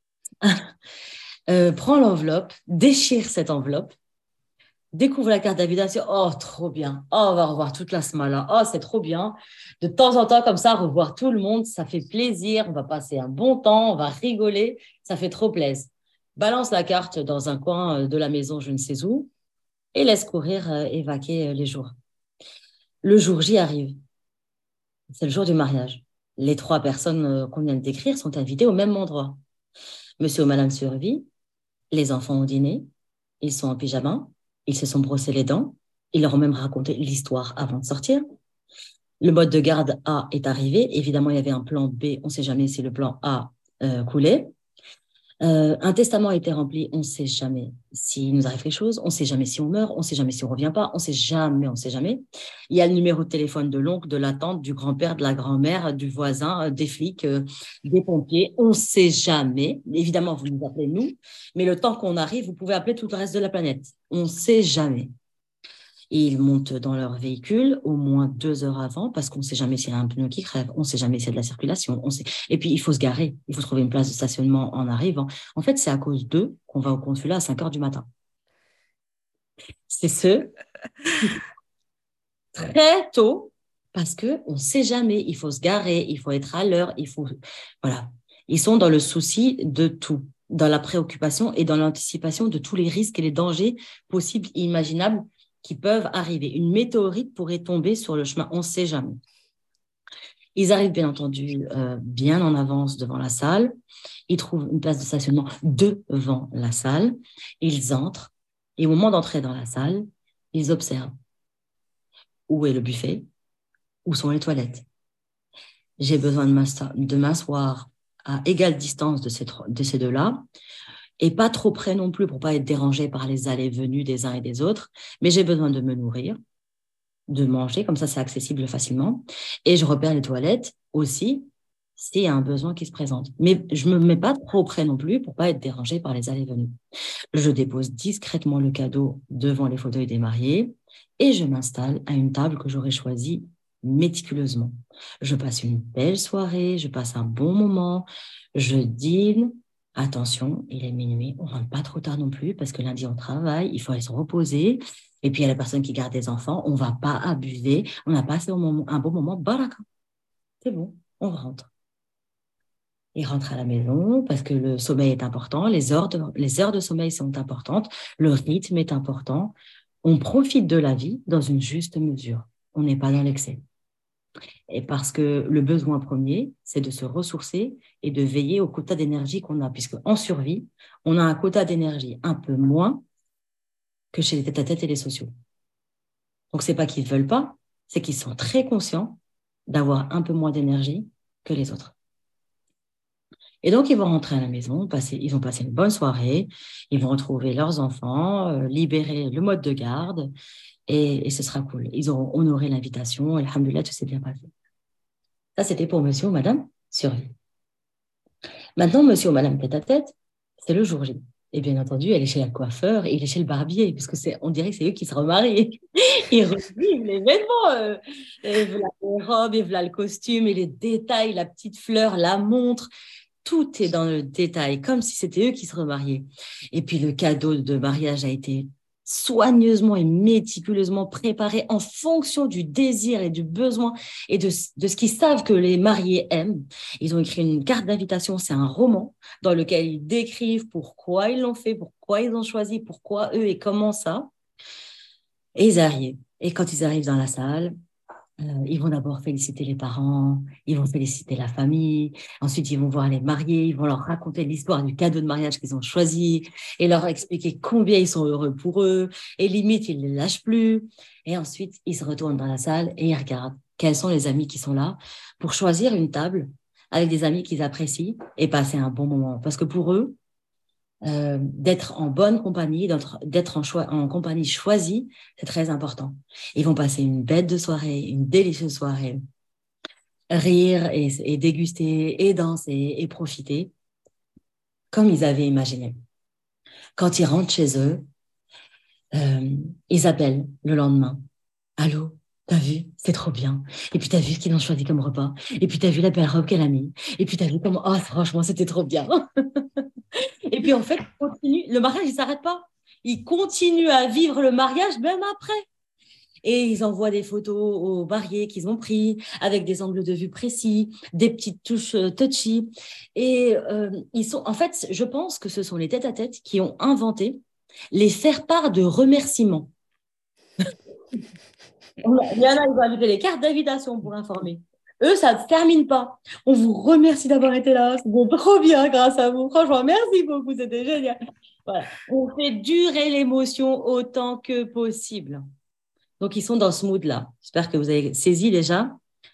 Prend l'enveloppe, déchire cette enveloppe, découvre la carte d'invitation. Oh, trop bien. Oh, on va revoir toute la semaine là. Oh, c'est trop bien. De temps en temps, comme ça, revoir tout le monde, ça fait plaisir. On va passer un bon temps, on va rigoler. Ça fait trop plaisir. Balance la carte dans un coin de la maison, je ne sais où, et laisse courir et vaquer les jours. Le jour J arrive. C'est le jour du mariage. Les trois personnes qu'on vient de décrire sont invitées au même endroit. Monsieur ou madame survit, les enfants au dîner, ils sont en pyjama, ils se sont brossés les dents, ils leur ont même raconté l'histoire avant de sortir. Le mode de garde A est arrivé. Évidemment, il y avait un plan B. On ne sait jamais si le plan A coulait. Un testament a été rempli. On ne sait jamais s'il nous arrive quelque chose. On ne sait jamais si on meurt. On ne sait jamais si on ne revient pas. On ne sait jamais, on ne sait jamais. Il y a le numéro de téléphone de l'oncle, de la tante, du grand-père, de la grand-mère, du voisin, des flics, des pompiers. On ne sait jamais. Évidemment, vous nous appelez nous. Mais le temps qu'on arrive, vous pouvez appeler tout le reste de la planète. On ne sait jamais. Et ils montent dans leur véhicule au moins 2 heures avant parce qu'on ne sait jamais s'il y a un pneu qui crève, on ne sait jamais s'il y a de la circulation. Et puis, il faut se garer, il faut trouver une place de stationnement en arrivant. En fait, c'est à cause d'eux qu'on va au consulat à 5 heures du matin. C'est ce très tôt parce qu'on ne sait jamais, il faut se garer, il faut être à l'heure, Voilà. Ils sont dans le souci de tout, dans la préoccupation et dans l'anticipation de tous les risques et les dangers possibles et imaginables qui peuvent arriver. Une météorite pourrait tomber sur le chemin, on ne sait jamais. Ils arrivent bien entendu bien en avance devant la salle. Ils trouvent une place de stationnement devant la salle. Ils entrent et au moment d'entrer dans la salle, ils observent où est le buffet, où sont les toilettes. J'ai besoin de m'asseoir à égale distance de ces deux-là et pas trop près non plus pour pas être dérangé par les allées et venues des uns et des autres, mais j'ai besoin de me nourrir, de manger, comme ça c'est accessible facilement. Et je repère les toilettes aussi s'il y a un besoin qui se présente. Mais je ne me mets pas trop près non plus pour pas être dérangé par les allées et venues. Je dépose discrètement le cadeau devant les fauteuils des mariés et je m'installe à une table que j'aurais choisie méticuleusement. Je passe une belle soirée, je passe un bon moment, je dîne. Attention, il est minuit, on ne rentre pas trop tard non plus parce que lundi on travaille, il faut aller se reposer. Et puis il y a la personne qui garde des enfants, on ne va pas abuser, on a passé un bon moment, baraka. C'est bon, on rentre. Ils rentrent à la maison parce que le sommeil est important, les heures de sommeil sont importantes, le rythme est important. On profite de la vie dans une juste mesure. On n'est pas dans l'excès. Et parce que le besoin premier, c'est de se ressourcer et de veiller au quota d'énergie qu'on a, puisque en survie, on a un quota d'énergie un peu moins que chez les tête-à-tête et les sociaux. Donc, c'est pas qu'ils ne veulent pas, c'est qu'ils sont très conscients d'avoir un peu moins d'énergie que les autres. Et donc, ils vont rentrer à la maison, ils vont passer une bonne soirée, ils vont retrouver leurs enfants, libérer le mode de garde, et ce sera cool. Ils auront honoré l'invitation, et alhamdoulilah, tout s'est bien passé. Ça, c'était pour monsieur ou madame survie. Maintenant, monsieur ou madame tête-à-tête, c'est le jour J. Et bien entendu, elle est chez la coiffeur et il est chez le barbier, parce que on dirait que c'est eux qui se remarient. Ils revivent l'événement. Et voilà les robes, et voilà le costume, et les détails, la petite fleur, la montre. Tout est dans le détail, comme si c'était eux qui se remariaient. Et puis le cadeau de mariage a été soigneusement et méticuleusement préparé en fonction du désir et du besoin et de ce qu'ils savent que les mariés aiment. Ils ont écrit une carte d'invitation, c'est un roman dans lequel ils décrivent pourquoi ils l'ont fait, pourquoi ils ont choisi, pourquoi eux et comment ça. Et ils arrivent. Et quand ils arrivent dans la salle, ils vont d'abord féliciter les parents, ils vont féliciter la famille, ensuite ils vont voir les mariés, ils vont leur raconter l'histoire du cadeau de mariage qu'ils ont choisi et leur expliquer combien ils sont heureux pour eux et limite ils ne les lâchent plus. Et ensuite ils se retournent dans la salle et ils regardent quels sont les amis qui sont là pour choisir une table avec des amis qu'ils apprécient et passer un bon moment. Parce que pour eux, d'être en bonne compagnie, d'être en compagnie choisie, c'est très important. Ils vont passer une bête de soirée, une délicieuse soirée, rire et déguster et danser et profiter comme ils avaient imaginé. Quand ils rentrent chez eux, ils appellent le lendemain. Allô, t'as vu, c'est trop bien. Et puis t'as vu ce qu'ils ont choisi comme repas. Et puis t'as vu la belle robe qu'elle a mis. Et puis t'as vu comment, oh franchement, c'était trop bien. Et puis en fait, le mariage, il ne s'arrête pas. Ils continuent à vivre le mariage même après. Et ils envoient des photos aux mariés qu'ils ont pris avec des angles de vue précis, des petites touches touchy. Et en fait, je pense que ce sont les tête-à-tête qui ont inventé les faire-part de remerciements. Il y en a, ils ont ajouté les cartes d'invitation pour informer. Eux, ça ne se termine pas. On vous remercie d'avoir été là. C'était trop bien grâce à vous. Franchement, merci beaucoup. C'était génial. Voilà. On fait durer l'émotion autant que possible. Donc, ils sont dans ce mood-là. J'espère que vous avez saisi déjà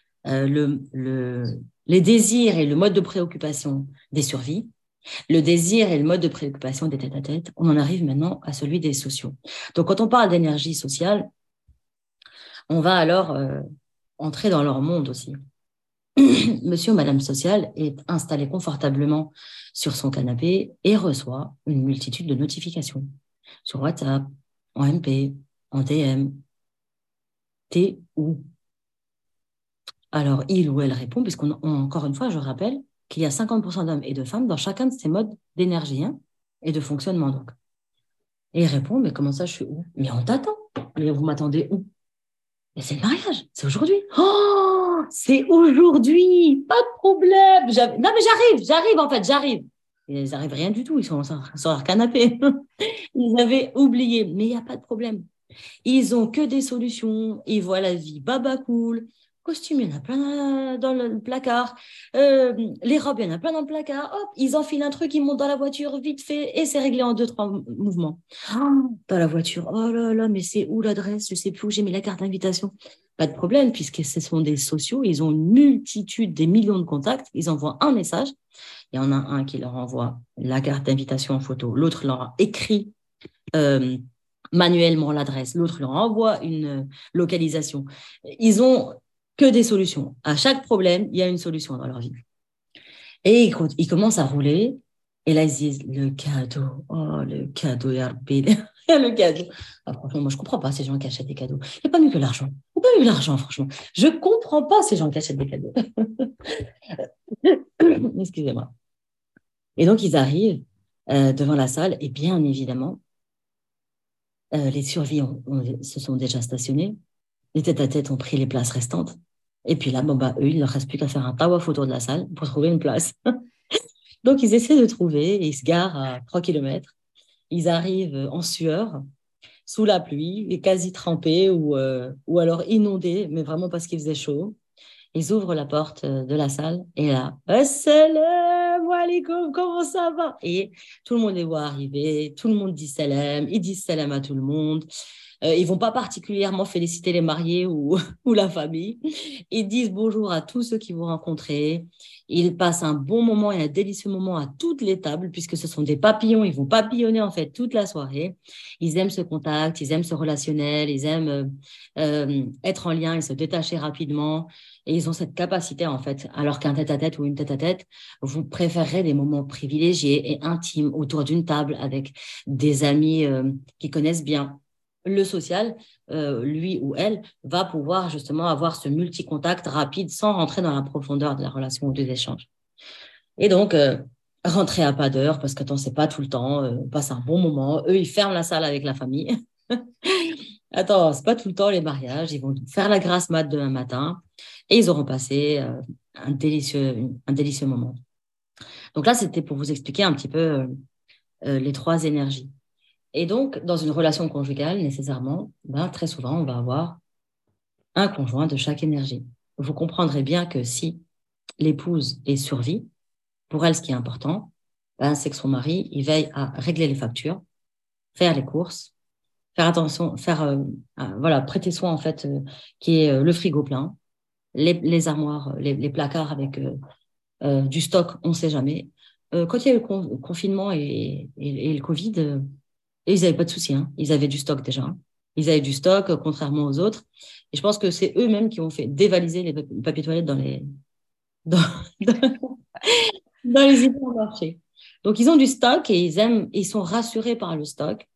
les désirs et le mode de préoccupation des survies, le désir et le mode de préoccupation des tête-à-tête. On en arrive maintenant à celui des sociaux. Donc, quand on parle d'énergie sociale, on va alors entrer dans leur monde aussi. Monsieur ou Madame Social est installé confortablement sur son canapé et reçoit une multitude de notifications sur WhatsApp, en MP, en DM. T'es où? Alors, il ou elle répond, encore une fois, je rappelle qu'il y a 50% d'hommes et de femmes dans chacun de ces modes d'énergie et de fonctionnement. Donc. Et il répond, mais comment ça, je suis où? Mais on t'attend. Mais vous m'attendez où? Mais c'est le mariage, c'est aujourd'hui. Oh, c'est aujourd'hui, pas de problème. Non, mais j'arrive. Ils n'arrivent rien du tout, ils sont sur leur canapé. Ils avaient oublié, mais il n'y a pas de problème. Ils ont que des solutions, ils voient la vie baba cool. Costume, il y en a plein dans le placard. Les robes, il y en a plein dans le placard. Hop, ils enfilent un truc, ils montent dans la voiture vite fait et c'est réglé en 2-3 mouvements. Oh, dans la voiture, oh là là, mais c'est où l'adresse? Je ne sais plus où j'ai mis la carte d'invitation. Pas de problème, puisque ce sont des sociaux, ils ont une multitude, des millions de contacts. Ils envoient un message. Il y en a un qui leur envoie la carte d'invitation en photo, l'autre leur écrit manuellement l'adresse, l'autre leur envoie une localisation. Ils ont que des solutions. À chaque problème, il y a une solution dans leur vie. Et ils commencent à rouler. Et là, ils se disent, le cadeau. Oh, le cadeau, le cadeau. Ah, franchement, moi, je ne comprends pas ces gens qui achètent des cadeaux. Il n'y a pas mieux que l'argent. Il n'y a pas mieux que l'argent, franchement. Je ne comprends pas ces gens qui achètent des cadeaux. Excusez-moi. Et donc, ils arrivent devant la salle. Et bien évidemment, les survies se sont déjà stationnés. Les tête-à-tête ont pris les places restantes. Et puis là, eux, il ne leur reste plus qu'à faire un tawaf autour de la salle pour trouver une place. Donc, ils essaient de trouver et ils se garent à 3 kilomètres. Ils arrivent en sueur, sous la pluie, et quasi trempés ou alors inondés, mais vraiment parce qu'il faisait chaud. Ils ouvrent la porte de la salle et là, Assalamu alaikum, comment ça va? Et tout le monde les voit arriver, tout le monde dit salam, ils disent salam à tout le monde. Ils vont pas particulièrement féliciter les mariés ou, ou la famille. Ils disent bonjour à tous ceux qu'ils vont rencontrer. Ils passent un bon moment et un délicieux moment à toutes les tables, puisque ce sont des papillons. Ils vont papillonner en fait toute la soirée. Ils aiment ce contact, ils aiment ce relationnel, ils aiment être en lien et se détacher rapidement. Et ils ont cette capacité, en fait, alors qu'un tête-à-tête ou une tête-à-tête, vous préférez des moments privilégiés et intimes autour d'une table avec des amis qui connaissent bien. Le social, lui ou elle, va pouvoir justement avoir ce multi-contact rapide sans rentrer dans la profondeur de la relation ou des échanges. Et donc, rentrer à pas d'heure, parce qu'attends, c'est pas tout le temps, on passe un bon moment. Eux, ils ferment la salle avec la famille. Attends, c'est pas tout le temps les mariages. Ils vont faire la grasse mat demain matin et ils auront passé un délicieux moment. Donc là, c'était pour vous expliquer un petit peu les trois énergies. Et donc, dans une relation conjugale, nécessairement, très souvent, on va avoir un conjoint de chaque énergie. Vous comprendrez bien que si l'épouse est survie, pour elle, ce qui est important, c'est que son mari, il veille à régler les factures, faire les courses, faire attention, voilà, prêter soin en fait, qui est le frigo plein, les armoires, les placards avec du stock, on ne sait jamais. Quand il y a eu le confinement et le Covid, ils n'avaient pas de soucis, hein. Ils avaient du stock déjà. Ils avaient du stock, contrairement aux autres. Et je pense que c'est eux-mêmes qui ont fait dévaliser les papiers toilettes dans, dans les hypermarchés. Donc, ils ont du stock et ils sont rassurés par le stock.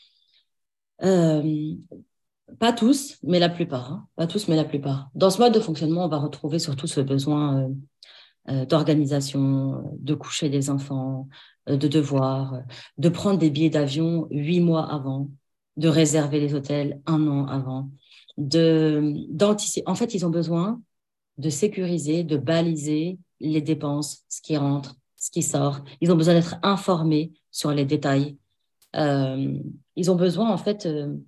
Pas tous, mais la plupart. Hein. Pas tous, mais la plupart. Dans ce mode de fonctionnement, on va retrouver surtout ce besoin d'organisation, de coucher des enfants, de devoirs, de prendre des billets d'avion 8 mois avant, de réserver les hôtels 1 an avant, d'anticiper. En fait, ils ont besoin de sécuriser, de baliser les dépenses, ce qui rentre, ce qui sort. Ils ont besoin d'être informés sur les détails. Ils ont besoin, en fait,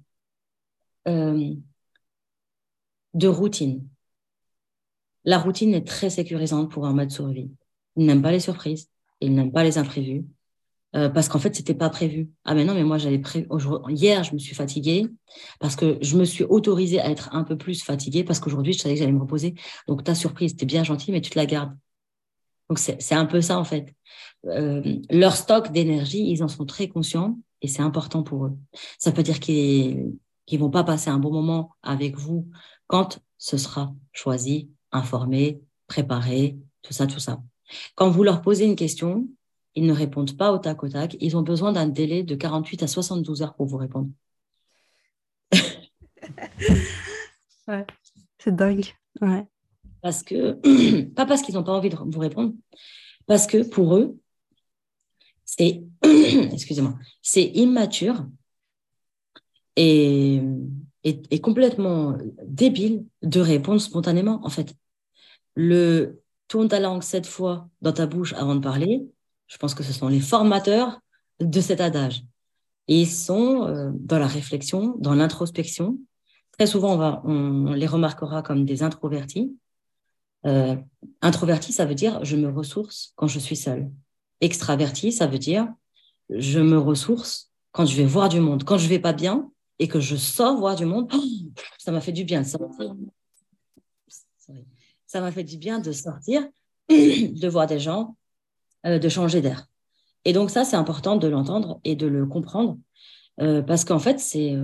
de routine. La routine est très sécurisante pour un mode survie. Ils n'aiment pas les surprises, ils n'aiment pas les imprévus, parce qu'en fait, c'était pas prévu. Ah mais non, mais moi, j'avais prévu. Hier, je me suis fatiguée parce que je me suis autorisée à être un peu plus fatiguée parce qu'aujourd'hui, je savais que j'allais me reposer. Donc, ta surprise, t'es bien gentille, mais tu te la gardes. Donc, c'est un peu ça, en fait. Leur stock d'énergie, ils en sont très conscients et c'est important pour eux. Ça peut dire qu'ils vont pas passer un bon moment avec vous quand ce sera choisi, informé, préparé, tout ça, tout ça. Quand vous leur posez une question, ils ne répondent pas au tac au tac. Ils ont besoin d'un délai de 48 à 72 heures pour vous répondre. Ouais, c'est dingue. Ouais. Parce que, pas parce qu'ils n'ont pas envie de vous répondre, parce que pour eux, c'est, excusez-moi, c'est immature et complètement débile de répondre spontanément, en fait. Tourne ta langue 7 fois dans ta bouche avant de parler, je pense que ce sont les formateurs de cet adage. Et ils sont dans la réflexion, dans l'introspection. Très souvent, on les remarquera comme des introvertis. Introverti, ça veut dire je me ressource quand je suis seule. Extraverti, ça veut dire je me ressource quand je vais voir du monde. Quand je vais pas bien et que je sors voir du monde, ça m'a fait du bien de sortir. Ça m'a fait du bien de sortir, de voir des gens, de changer d'air. Et donc ça, c'est important de l'entendre et de le comprendre parce qu'en fait,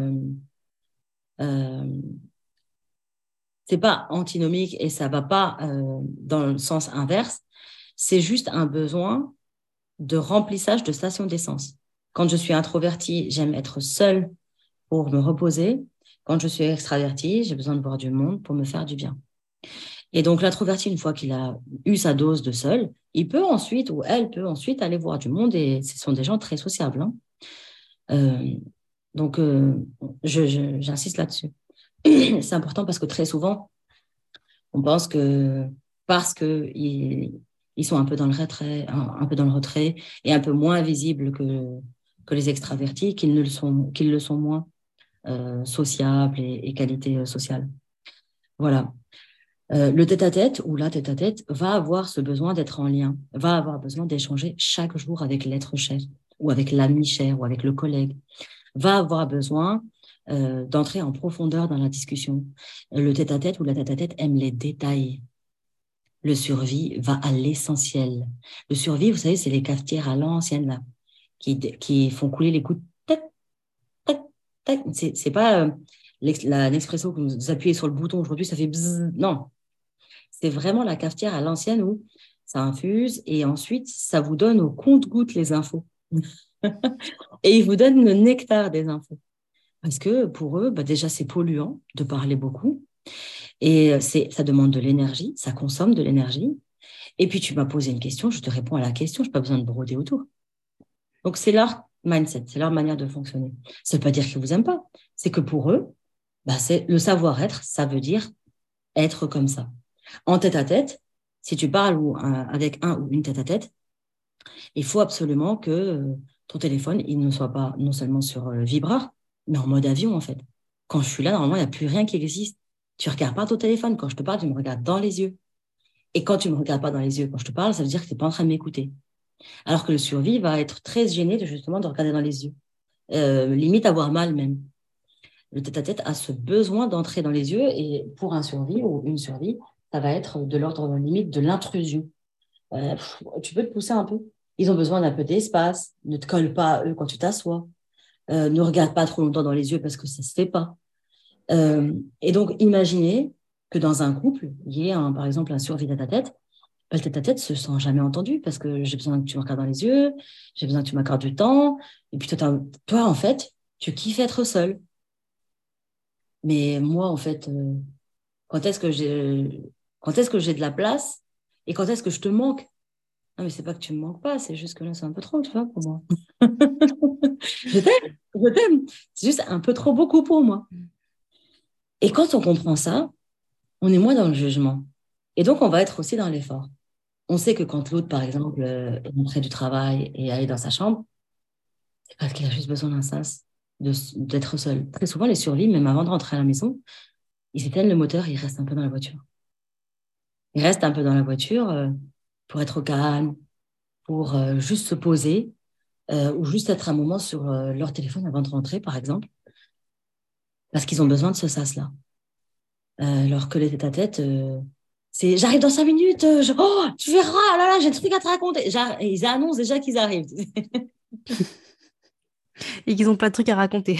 c'est pas antinomique et ça va pas dans le sens inverse. C'est juste un besoin de remplissage de station d'essence. Quand je suis introvertie, j'aime être seule pour me reposer. Quand je suis extravertie, j'ai besoin de voir du monde pour me faire du bien. Et donc, l'introverti, une fois qu'il a eu sa dose de seul, il peut ensuite, ou elle peut ensuite aller voir du monde et ce sont des gens très sociables. Hein. Donc, j'insiste là-dessus. C'est important parce que très souvent, on pense que parce qu'ils Ils sont un peu dans le retrait, un peu dans le retrait et un peu moins visibles que les extravertis, qu'ils le sont moins sociables et qualité sociale. Voilà. Le tête-à-tête ou la tête-à-tête va avoir ce besoin d'être en lien, va avoir besoin d'échanger chaque jour avec l'être cher ou avec l'ami cher ou avec le collègue, va avoir besoin d'entrer en profondeur dans la discussion. Le tête-à-tête ou la tête-à-tête aime les détails. Le survie va à l'essentiel. Le survie, vous savez, c'est les cafetières à l'ancienne, là, qui font couler les coups. Tac, tac, tac. C'est pas l'expresso que vous appuyez sur le bouton aujourd'hui, ça fait bzzz. Non, c'est vraiment la cafetière à l'ancienne où ça infuse et ensuite, ça vous donne au compte-gouttes les infos. Et ils vous donnent le nectar des infos. Parce que pour eux, bah déjà, c'est polluant de parler beaucoup. Et ça demande de l'énergie, ça consomme de l'énergie. Et puis, tu m'as posé une question, je te réponds à la question, je n'ai pas besoin de broder autour. Donc, c'est leur mindset, c'est leur manière de fonctionner. Ça ne veut pas dire qu'ils ne vous aiment pas. C'est que pour eux, bah, c'est le savoir-être, ça veut dire être comme ça. En tête-à-tête, si tu parles avec un ou une tête-à-tête, il faut absolument que ton téléphone, il ne soit pas non seulement sur vibreur, mais en mode avion, en fait. Quand je suis là, normalement, il n'y a plus rien qui existe. Tu ne regardes pas ton téléphone. Quand je te parle, tu me regardes dans les yeux. Et quand tu ne me regardes pas dans les yeux quand je te parle, ça veut dire que tu n'es pas en train de m'écouter. Alors que le survie va être très gêné justement de regarder dans les yeux. Limite avoir mal même. Le tête-à-tête a ce besoin d'entrer dans les yeux et pour un survie ou une survie, ça va être de l'ordre limite de l'intrusion. Tu peux te pousser un peu. Ils ont besoin d'un peu d'espace. Ne te colle pas à eux quand tu t'assois. Ne regarde pas trop longtemps dans les yeux parce que ça ne se fait pas. Et donc, imaginez que dans un couple, il y ait par exemple un survie tête-à-tête. Le tête-à-tête se sent jamais entendu parce que j'ai besoin que tu me regardes dans les yeux, j'ai besoin que tu m'accordes du temps. Et puis toi, en fait, tu kiffes être seul. Mais moi, en fait, quand est-ce que j'ai de la place et quand est-ce que je te manque? Non, mais c'est pas que tu me manques pas, c'est juste que là, c'est un peu trop, tu vois, pour moi. Je t'aime. C'est juste un peu trop beaucoup pour moi. Et quand on comprend ça, on est moins dans le jugement. Et donc, on va être aussi dans l'effort. On sait que quand l'autre, par exemple, est rentré du travail et allé dans sa chambre, c'est parce qu'il a juste besoin d'un sas, d'être seul. Très souvent, les survies, même avant de rentrer à la maison, ils éteignent le moteur et ils restent un peu dans la voiture. Ils restent un peu dans la voiture pour être au calme, pour juste se poser ou juste être un moment sur leur téléphone avant de rentrer, par exemple, parce qu'ils ont besoin de ce sas-là. Alors que les tête-à-tête, c'est j'arrive dans 5 minutes, oh, tu verras, oh là là, j'ai un truc à te raconter. Ils annoncent déjà qu'ils arrivent. Et qu'ils n'ont pas de trucs à raconter.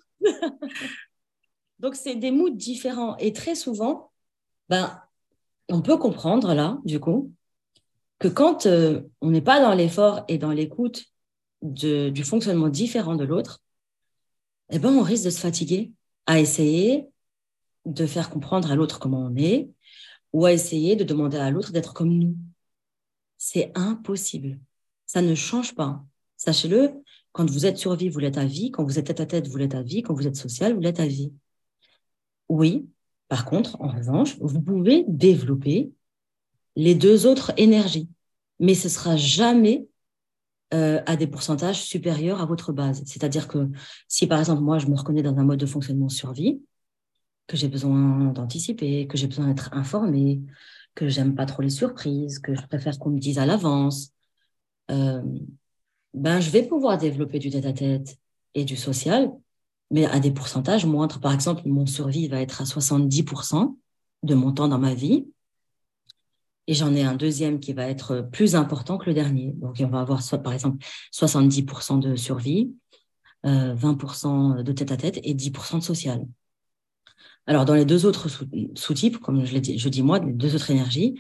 Donc, c'est des moods différents. Et très souvent, ben, on peut comprendre là, du coup, que quand on n'est pas dans l'effort et dans l'écoute du fonctionnement différent de l'autre, eh ben, on risque de se fatiguer à essayer de faire comprendre à l'autre comment on est ou à essayer de demander à l'autre d'être comme nous. C'est impossible. Ça ne change pas. Sachez-le, quand vous êtes survie, vous l'êtes à vie. Quand vous êtes tête à tête, vous l'êtes à vie. Quand vous êtes social, vous l'êtes à vie. Oui, par contre, en revanche, vous pouvez développer les deux autres énergies, mais ce sera jamais à des pourcentages supérieurs à votre base. C'est-à-dire que si, par exemple, moi, je me reconnais dans un mode de fonctionnement survie, que j'ai besoin d'anticiper, que j'ai besoin d'être informée, que j'aime pas trop les surprises, que je préfère qu'on me dise à l'avance, euh, ben, je vais pouvoir développer du tête-à-tête et du social, mais à des pourcentages moindres. Par exemple, mon survie va être à 70% de mon temps dans ma vie, et j'en ai un deuxième qui va être plus important que le dernier. Donc, on va avoir, par exemple, 70% de survie, 20% de tête-à-tête et 10% de social. Alors, dans les deux autres sous-types, comme je dis moi, les deux autres énergies,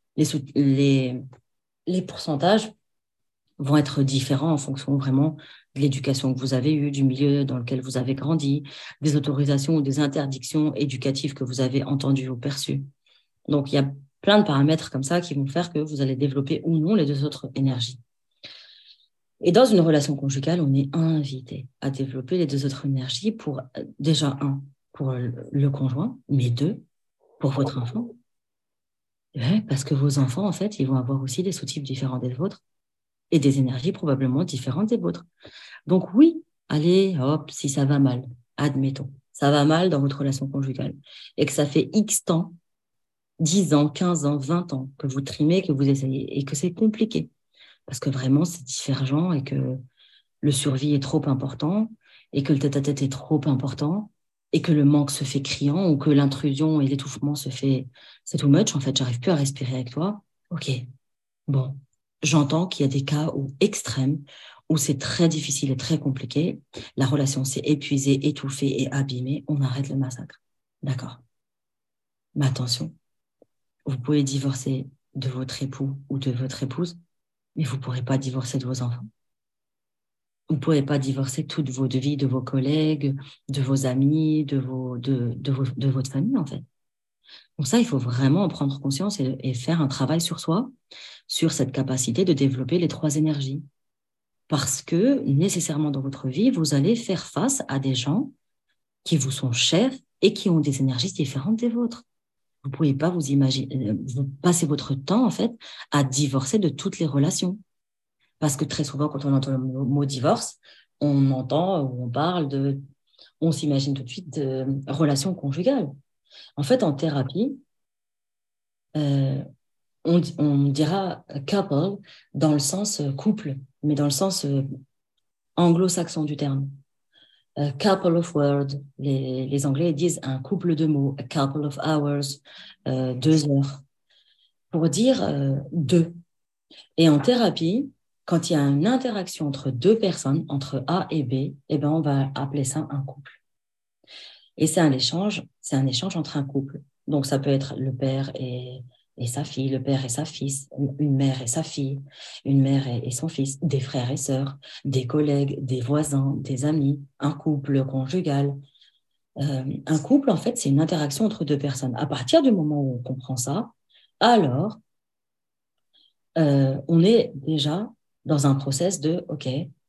les pourcentages vont être différents en fonction vraiment de l'éducation que vous avez eue, du milieu dans lequel vous avez grandi, des autorisations ou des interdictions éducatives que vous avez entendues ou perçues. Donc, il y a plein de paramètres comme ça qui vont faire que vous allez développer ou non les deux autres énergies. Et dans une relation conjugale, on est invité à développer les deux autres énergies pour, déjà, un, pour le conjoint, mais deux, pour votre enfant. Ouais, parce que vos enfants, en fait, ils vont avoir aussi des sous-types différents des vôtres et des énergies probablement différentes des vôtres. Donc oui, allez, hop, si ça va mal, admettons, ça va mal dans votre relation conjugale et que ça fait X temps, 10 ans, 15 ans, 20 ans que vous trimez, que vous essayez et que c'est compliqué parce que vraiment c'est divergent et que le survie est trop important et que le tête-à-tête est trop important et que le manque se fait criant ou que l'intrusion et l'étouffement se fait, c'est too much, en fait, j'arrive plus à respirer avec toi. Ok, bon, j'entends qu'il y a des cas où extrêmes, où c'est très difficile et très compliqué, la relation s'est épuisée, étouffée et abîmée, on arrête le massacre. D'accord. Mais attention, vous pouvez divorcer de votre époux ou de votre épouse, mais vous ne pourrez pas divorcer de vos enfants. Vous ne pourrez pas divorcer toute votre vie de vos collègues, de vos amis, de votre famille, en fait. Donc ça, il faut vraiment en prendre conscience et faire un travail sur soi, sur cette capacité de développer les trois énergies. Parce que nécessairement dans votre vie, vous allez faire face à des gens qui vous sont chers et qui ont des énergies différentes des vôtres. Vous ne pouvez pas vous imaginer, vous passez votre temps, en fait, à divorcer de toutes les relations. Parce que très souvent, quand on entend le mot divorce, on entend ou on parle on s'imagine tout de suite de relations conjugales. En fait, en thérapie, euh, on dira couple dans le sens couple, mais dans le sens anglo-saxon du terme. A couple of words, les Anglais disent un couple de mots, a couple of hours, 2 heures, pour dire deux. Et en thérapie, quand il y a une interaction entre deux personnes, entre A et B, eh ben on va appeler ça un couple. Et c'est un échange entre un couple. Donc ça peut être le père et sa fille, le père et sa fille, une mère et sa fille, une mère et son fils, des frères et sœurs, des collègues, des voisins, des amis, un couple conjugal. Un couple, en fait, c'est une interaction entre deux personnes. À partir du moment où on comprend ça, alors on est déjà dans un process de, OK,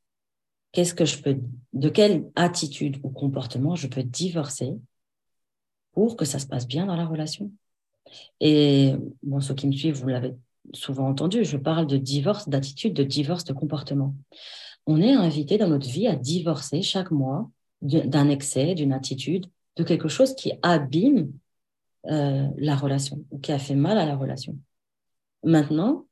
de quelle attitude ou comportement je peux divorcer pour que ça se passe bien dans la relation. Et bon, ceux qui me suivent, vous l'avez souvent entendu, je parle de divorce d'attitude, de divorce de comportement. On est invité dans notre vie à divorcer chaque mois d'un excès, d'une attitude, de quelque chose qui abîme la relation ou qui a fait mal à la relation. Maintenant,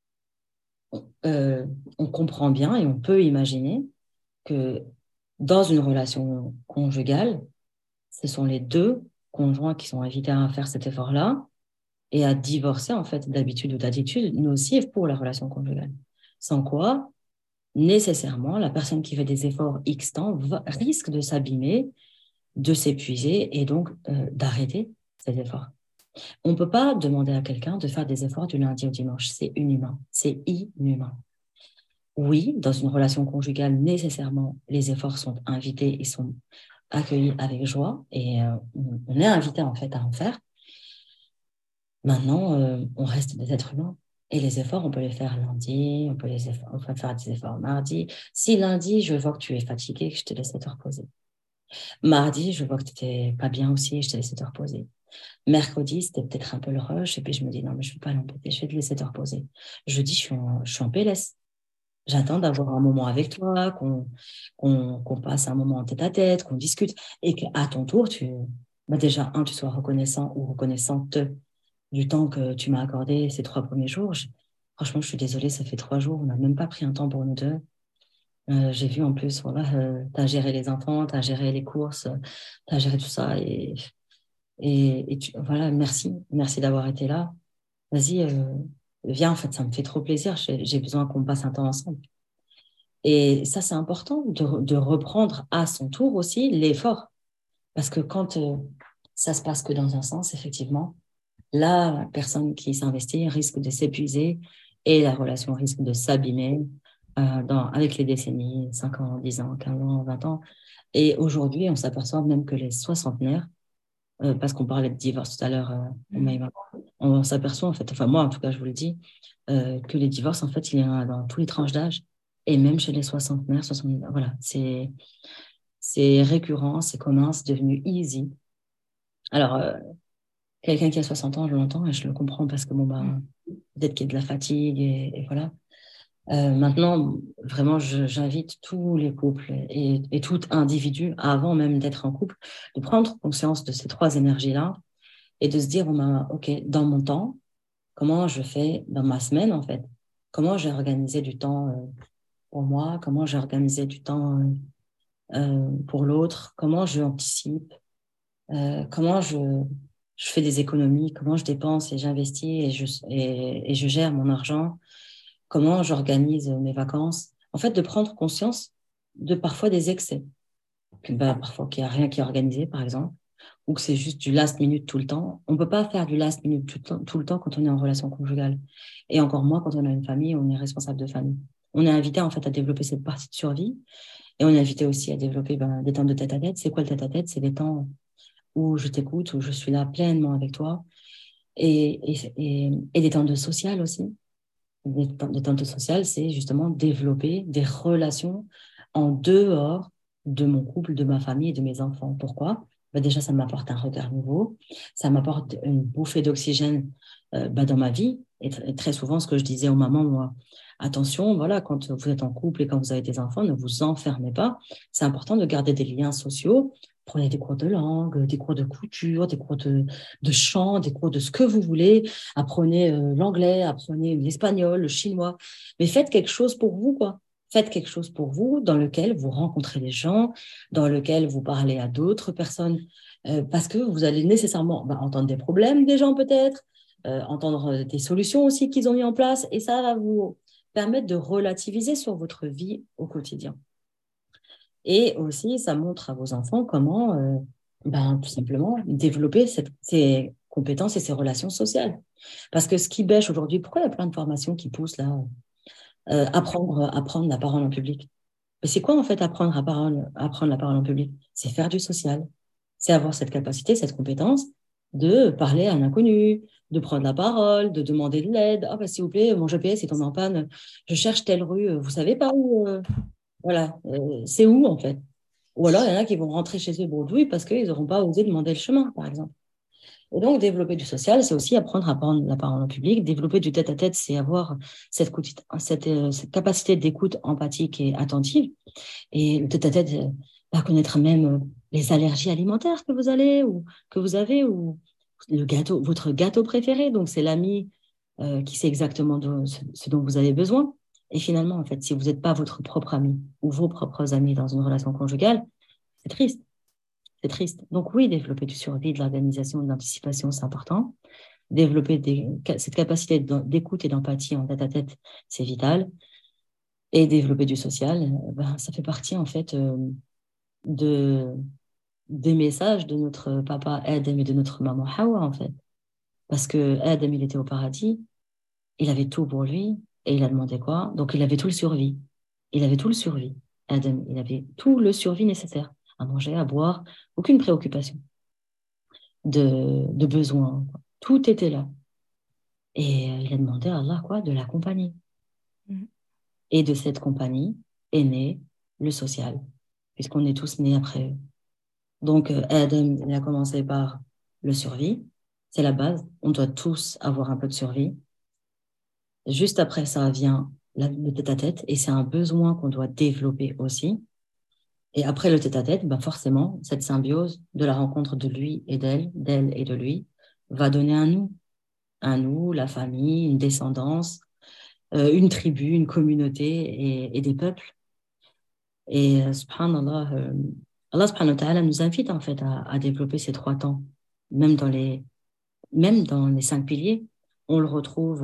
on comprend bien et on peut imaginer que dans une relation conjugale, ce sont les deux conjoints qui sont invités à faire cet effort-là et à divorcer en fait d'habitude ou d'attitude nocive pour la relation conjugale. Sans quoi, nécessairement, la personne qui fait des efforts X temps risque de s'abîmer, de s'épuiser et donc d'arrêter ses efforts. On ne peut pas demander à quelqu'un de faire des efforts du lundi au dimanche. C'est inhumain. C'est inhumain. Oui, dans une relation conjugale, nécessairement, les efforts sont invités et sont accueillis avec joie et on est invité en fait à en faire. Maintenant, on reste des êtres humains. Et les efforts, on peut les faire lundi, on peut faire des efforts mardi. Si lundi, je vois que tu es fatigué, que je te laisse te reposer. Mardi, je vois que tu n'étais pas bien aussi, je te laisse te reposer. Mercredi, c'était peut-être un peu le rush, et puis je me dis, non, mais je ne vais pas l'embêter, je vais te laisser te reposer. Jeudi, je suis en PLS. J'attends d'avoir un moment avec toi, qu'on passe un moment en tête-à-tête, qu'on discute, et qu'à ton tour, déjà, tu sois reconnaissant ou reconnaissante du temps que tu m'as accordé ces 3 premiers jours. Franchement, je suis désolée, ça fait 3 jours, on n'a même pas pris un temps pour nous deux. J'ai vu en plus, voilà, tu as géré les enfants, tu as géré les courses, tu as géré tout ça. Voilà, merci d'avoir été là. Vas-y, viens, en fait, ça me fait trop plaisir. J'ai besoin qu'on passe un temps ensemble. Et ça, c'est important de reprendre à son tour aussi l'effort. Parce que quand ça se passe que dans un sens, effectivement, la personne qui s'investit risque de s'épuiser et la relation risque de s'abîmer avec les décennies, 5 ans, 10 ans, 15 ans, 20 ans. Et aujourd'hui, on s'aperçoit même que les soixantenaires, parce qu'on parlait de divorce tout à l'heure, on s'aperçoit en fait, enfin moi en tout cas je vous le dis, que les divorces en fait il y en a dans tous les tranches d'âge et même chez les soixantenaires, voilà, c'est récurrent, c'est commun, c'est devenu easy. Alors Quelqu'un qui a 60 ans, je l'entends et je le comprends parce que, bon, Mm. ben, peut-être qu'il y a de la fatigue et voilà. Maintenant, vraiment, j'invite tous les couples et tout individu, avant même d'être en couple, de prendre conscience de ces trois énergies-là et de se dire, bon, ben, OK, dans mon temps, comment je fais dans ma semaine, en fait? Comment j'ai organisé du temps pour moi? Comment j'ai organisé du temps pour l'autre? Comment je anticipe? Comment je fais des économies? Comment je dépense et j'investis et je gère mon argent? Comment j'organise mes vacances? En fait, de prendre conscience de parfois des excès. Ben, parfois qu'il n'y a rien qui est organisé, par exemple, ou que c'est juste du last minute tout le temps. On ne peut pas faire du last minute tout le temps quand on est en relation conjugale. Et encore moins quand on a une famille, on est responsable de famille. On est invité en fait à développer cette partie de survie et on est invité aussi à développer des temps de tête à tête. C'est quoi le tête à tête? C'est des temps où je t'écoute, où je suis là pleinement avec toi et des temps de social aussi. Des temps de social, c'est justement développer des relations en dehors de mon couple, de ma famille et de mes enfants. Pourquoi? Ben déjà, ça m'apporte un regard nouveau, ça m'apporte une bouffée d'oxygène dans ma vie. Et très souvent, ce que je disais aux mamans, moi, attention, voilà, quand vous êtes en couple et quand vous avez des enfants, ne vous enfermez pas. C'est important de garder des liens sociaux. Prenez des cours de langue, des cours de couture, des cours de chant, des cours de ce que vous voulez. Apprenez l'anglais, apprenez l'espagnol, le chinois. Mais faites quelque chose pour vous, quoi. Faites quelque chose pour vous dans lequel vous rencontrez des gens, dans lequel vous parlez à d'autres personnes, parce que vous allez nécessairement entendre des problèmes des gens peut-être, entendre des solutions aussi qu'ils ont mis en place, et ça va vous permettre de relativiser sur votre vie au quotidien. Et aussi, ça montre à vos enfants comment, tout simplement, développer ces compétences et ces relations sociales. Parce que ce qui bêche aujourd'hui, pourquoi il y a plein de formations qui poussent là, apprendre la parole en public? Mais c'est quoi en fait apprendre la parole en public? C'est faire du social. C'est avoir cette capacité, cette compétence de parler à un inconnu, de prendre la parole, de demander de l'aide. Ah, s'il vous plaît, mon GPS est tombé en panne, je cherche telle rue, vous savez pas où voilà, c'est où en fait? Ou alors, il y en a qui vont rentrer chez eux bredouilles parce qu'ils n'auront pas osé demander le chemin, par exemple. Et donc, développer du social, c'est aussi apprendre à prendre la parole en public. Développer du tête-à-tête, c'est avoir cette capacité d'écoute empathique et attentive. Et le tête-à-tête, connaître même les allergies alimentaires que vous avez, ou votre gâteau préféré. Donc, c'est l'ami qui sait exactement ce dont vous avez besoin. Et finalement, en fait, si vous n'êtes pas votre propre ami ou vos propres amis dans une relation conjugale, c'est triste. C'est triste. Donc oui, développer du survie, de l'organisation, de l'anticipation, c'est important. Développer cette capacité d'écoute et d'empathie en tête-à-tête, c'est vital. Et développer du social, ça fait partie en fait de, des messages de notre papa Adam et de notre maman Hawa en fait. Parce que Adam, il était au paradis, il avait tout pour lui et il a demandé quoi? Donc il avait tout le survie. Il avait tout le survie. Adam, il avait tout le survie nécessaire à manger, à boire, aucune préoccupation de besoin. Quoi. Tout était là. Et il a demandé à Allah quoi? De l'accompagner. Mm. Et de cette compagnie est né le social, puisqu'on est tous nés après eux. Donc, Adam, il a commencé par le survie. C'est la base. On doit tous avoir un peu de survie. Juste après ça vient le tête-à-tête et c'est un besoin qu'on doit développer aussi. Et après le tête-à-tête, forcément, cette symbiose de la rencontre de lui et d'elle et de lui, va donner un nous, la famille, une descendance, une tribu, une communauté et des peuples. Et subhanallah, Allah subhanahu wa ta'ala nous invite en fait à développer ces trois temps, même même dans les cinq piliers. On le retrouve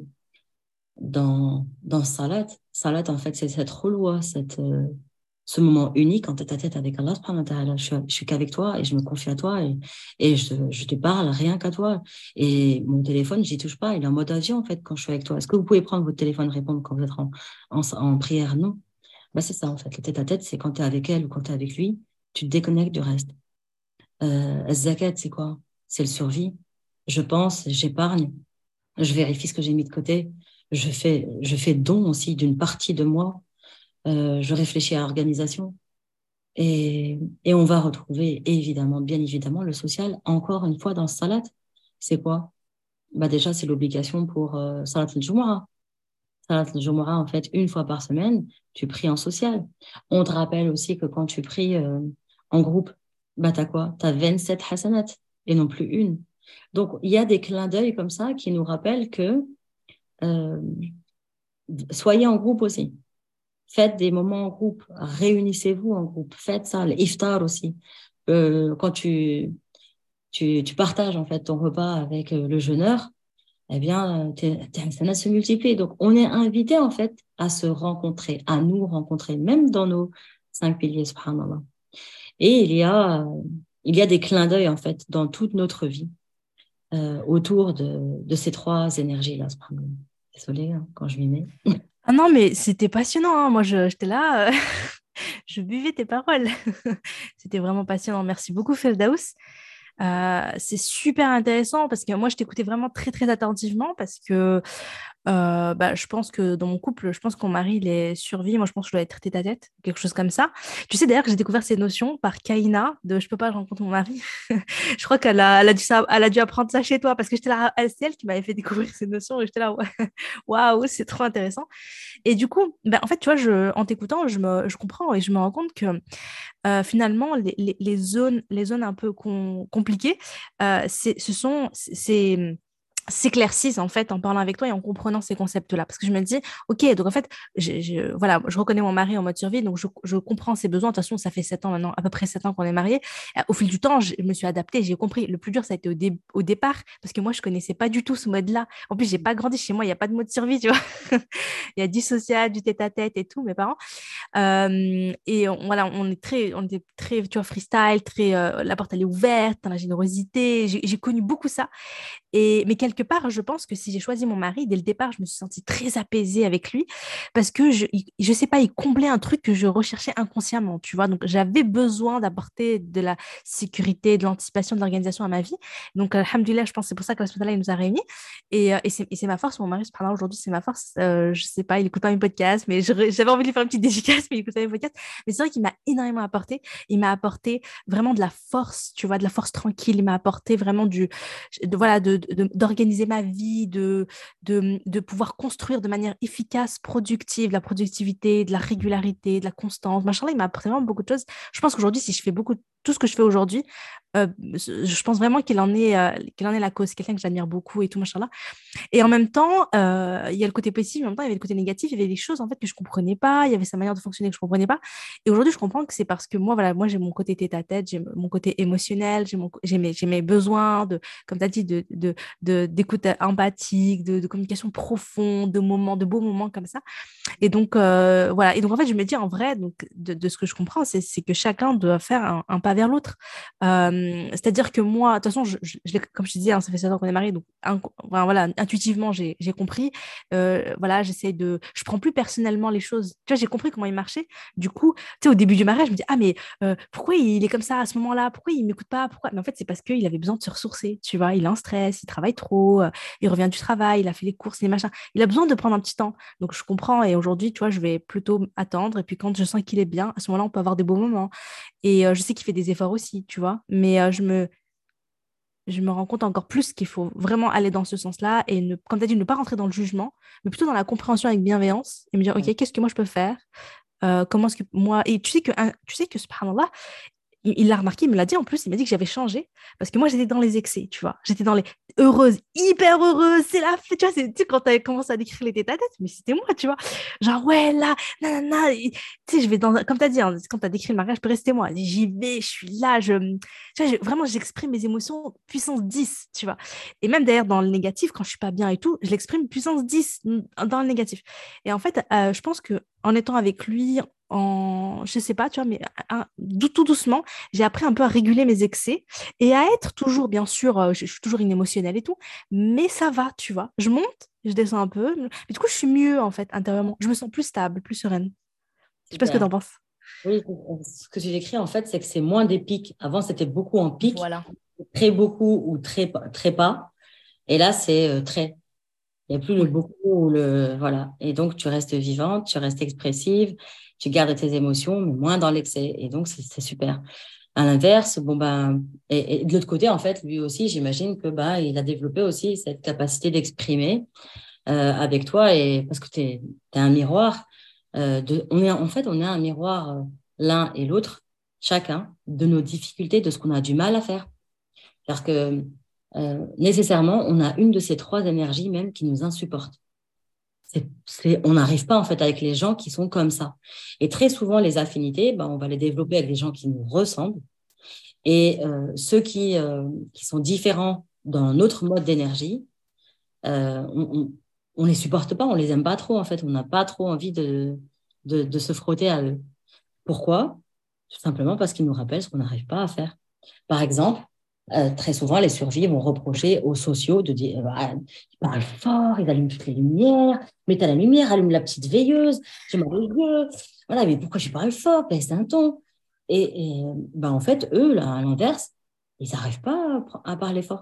dans Salat. Salat, en fait, c'est cette reloie, ce moment unique en tête à tête avec Allah subhanahu wa ta'ala. Je suis qu'avec toi et je me confie à toi et je te parle rien qu'à toi. Et mon téléphone, j'y touche pas. Il est en mode avion, en fait, quand je suis avec toi. Est-ce que vous pouvez prendre votre téléphone, répondre quand vous êtes en prière? Non. C'est ça, en fait. Le tête à tête, c'est quand tu es avec elle ou quand tu es avec lui, tu te déconnectes du reste. Zakat, c'est quoi? C'est le survie. Je pense, j'épargne, je vérifie ce que j'ai mis de côté. Je fais don aussi d'une partie de moi. Je réfléchis à l'organisation. Et on va retrouver évidemment, bien évidemment, le social, encore une fois, dans ce salat. c'est quoi? Bah déjà, c'est l'obligation pour Salat al-Jumu'ah. Salat al-Jumu'ah, en fait, une fois par semaine, tu pries en social. On te rappelle aussi que quand tu pries en groupe, bah t'as quoi? T'as 27 hasanat et non plus une. Donc, il y a des clins d'œil comme ça qui nous rappellent que euh, soyez en groupe aussi. Faites des moments en groupe. Réunissez-vous en groupe. Faites ça. L'iftar aussi. Quand tu partages en fait ton repas avec le jeûneur, eh bien, ça se multiplie. Donc, on est invité en fait à se rencontrer, à nous rencontrer, même dans nos 5 piliers, subhanallah. Et il y a des clins d'œil en fait dans toute notre vie autour de ces trois énergies-là, subhanallah. Désolée hein, quand je m'y mets. Ah non, mais c'était passionnant, hein. Moi, j'étais là, je buvais tes paroles. C'était vraiment passionnant. Merci beaucoup, Feldaous. C'est super intéressant parce que moi, je t'écoutais vraiment très, très attentivement parce que bah, je pense que dans mon couple, je pense que mon mari, il est survie. Moi, je pense que je dois être tête à tête, quelque chose comme ça. Tu sais d'ailleurs que j'ai découvert ces notions par Kaina de Je peux pas, je rencontre mon mari. Je crois elle a dû apprendre ça chez toi parce que j'étais là, c'est elle qui m'avait fait découvrir ces notions et j'étais là, ouais, waouh, c'est trop intéressant. Et du coup, ben, en fait, tu vois, en t'écoutant, je comprends et je me rends compte que finalement, les zones un peu compliquées, s'éclaircissent en fait en parlant avec toi et en comprenant ces concepts-là. Parce que je me dis, ok, donc en fait, voilà, je reconnais mon mari en mode survie, donc je comprends ses besoins. De toute façon, ça fait 7 ans maintenant, à peu près 7 ans qu'on est mariés. Au fil du temps, je me suis adaptée, j'ai compris. Le plus dur, ça a été au départ, parce que moi, je connaissais pas du tout ce mode-là. En plus, j'ai pas grandi chez moi, il n'y a pas de mode survie, tu vois. Il y a du social, du tête-à-tête et tout, mes parents. Voilà, on était très, tu vois, freestyle, très, la porte elle est ouverte, dans la générosité. J'ai connu beaucoup ça. Mais quelque part, je pense que si j'ai choisi mon mari, dès le départ, je me suis sentie très apaisée avec lui parce que je sais pas, il comblait un truc que je recherchais inconsciemment, tu vois. Donc, j'avais besoin d'apporter de la sécurité, de l'anticipation, de l'organisation à ma vie. Donc, alhamdoulilah, je pense que c'est pour ça que la il nous a réunis. Et c'est ma force. Mon mari, cependant, aujourd'hui, c'est ma force. Je sais pas, il écoute pas mes podcasts, mais j'avais envie de lui faire une petite dédicace, mais il écoute pas mes podcasts. Mais c'est vrai qu'il m'a énormément apporté. Il m'a apporté vraiment de la force, tu vois, de la force tranquille. Il m'a apporté vraiment voilà, d'organiser ma vie, de pouvoir construire de manière efficace, productive, de la productivité, de la régularité, de la constance. Machin, il m'a apporté vraiment beaucoup de choses. Je pense qu'aujourd'hui, si je fais tout ce que je fais aujourd'hui, je pense vraiment qu'il en est la cause. C'est quelqu'un que j'admire beaucoup et tout, machin. Et en même temps, il y a le côté positif, mais en même temps, il y avait le côté négatif, il y avait des choses en fait que je comprenais pas, il y avait sa manière de fonctionner que je comprenais pas. Et aujourd'hui, je comprends que c'est parce que moi, voilà, moi j'ai mon côté tête à tête, j'ai mon côté émotionnel, j'ai mes besoins de, comme tu as dit, d'écoute empathique, de communication profonde, de beaux moments comme ça. Et donc, voilà. Et donc, en fait, je me dis, en vrai, donc, de ce que je comprends, c'est que chacun doit faire un pas vers l'autre. C'est-à-dire que moi, de toute façon, comme je te disais, hein, ça fait 7 ans qu'on est mariés, donc, enfin, voilà, intuitivement, j'ai compris. Voilà, je prends plus personnellement les choses. Tu vois, j'ai compris comment il marchait. Du coup, tu sais, au début du mariage, je me dis, ah, mais pourquoi il est comme ça à ce moment-là? Pourquoi il m'écoute pas? Pourquoi? Mais en fait, c'est parce qu'il avait besoin de se ressourcer. Tu vois, il est en stress, il travaille trop, il revient du travail, il a fait les courses, les machins. Il a besoin de prendre un petit temps. Donc, je comprends. Et aujourd'hui, tu vois, je vais plutôt attendre. Et puis, quand je sens qu'il est bien, à ce moment-là, on peut avoir des beaux moments. Et je sais qu'il fait des efforts aussi, tu vois. Mais je me rends compte encore plus qu'il faut vraiment aller dans ce sens-là et, comme tu as dit, ne pas rentrer dans le jugement, mais plutôt dans la compréhension avec bienveillance et me dire, OK, qu'est-ce que moi je peux faire? Comment est-ce que moi... Et tu sais que, subhanallah, il l'a remarqué, il me l'a dit en plus, il m'a dit que j'avais changé parce que moi j'étais dans les excès, tu vois. J'étais dans les heureuses, hyper heureuse, c'est la fête, tu vois. Tu sais, quand tu commencé à décrire les têtes à tête, mais c'était moi, tu vois. Genre, ouais, là, nanana, tu sais, je vais comme tu as dit, hein, quand tu as décrit le mariage, je peux rester moi. J'y vais, je suis là, tu vois, vraiment, j'exprime mes émotions puissance 10, tu vois. Et même d'ailleurs, dans le négatif, quand je suis pas bien et tout, je l'exprime puissance 10 dans le négatif. Et en fait, je pense que en étant avec lui, je sais pas, tu vois, mais tout doucement, j'ai appris un peu à réguler mes excès et à être toujours, bien sûr, je suis toujours une émotionnelle et tout, mais ça va, tu vois. Je monte, je descends un peu, mais du coup, je suis mieux, en fait, intérieurement. Je me sens plus stable, plus sereine. Je sais pas ce que Super. t'en penses. Oui, ce que tu décris, en fait, c'est que c'est moins des pics. Avant, c'était beaucoup en pic, Voilà. très beaucoup ou très, très pas. Et là, c'est très. Il n'y a plus le Ouais. beaucoup ou le. Voilà. Et donc, tu restes vivante, tu restes expressive, tu gardes tes émotions, mais moins dans l'excès. Et donc, c'est super. À l'inverse, bon ben, et de l'autre côté, en fait, lui aussi, j'imagine que bah, il a développé aussi cette capacité d'exprimer avec toi, et parce que t'es un miroir. En fait, on est un miroir l'un et l'autre, chacun, de nos difficultés, de ce qu'on a du mal à faire. Parce que nécessairement, on a une de ces trois énergies même qui nous insupporte. On n'arrive pas en fait avec les gens qui sont comme ça. Et très souvent, les affinités, ben, on va les développer avec des gens qui nous ressemblent. Et ceux qui sont différents dans notre mode d'énergie, on les supporte pas, on les aime pas trop en fait. On n'a pas trop envie de se frotter à eux. Pourquoi? Tout simplement parce qu'ils nous rappellent ce qu'on n'arrive pas à faire. Par exemple, très souvent, les survies vont reprocher aux sociaux de dire ah, ils parlent fort, ils allument toutes les lumières, mets à la lumière, allume la petite veilleuse, j'ai mal aux yeux. Voilà, mais pourquoi je parle fort? Baisse d'un ton. Ben, en fait, eux, là, à l'inverse, ils n'arrivent pas à parler fort.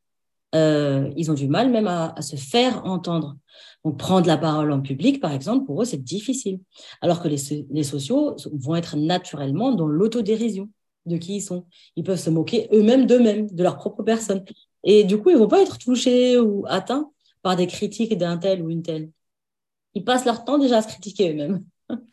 Ils ont du mal même à se faire entendre. Donc, prendre la parole en public, par exemple, pour eux, c'est difficile. Alors que les sociaux vont être naturellement dans l'autodérision de qui ils sont. Ils peuvent se moquer eux-mêmes, de leur propre personne. Et du coup, ils ne vont pas être touchés ou atteints par des critiques d'un tel ou une telle. Ils passent leur temps déjà à se critiquer eux-mêmes.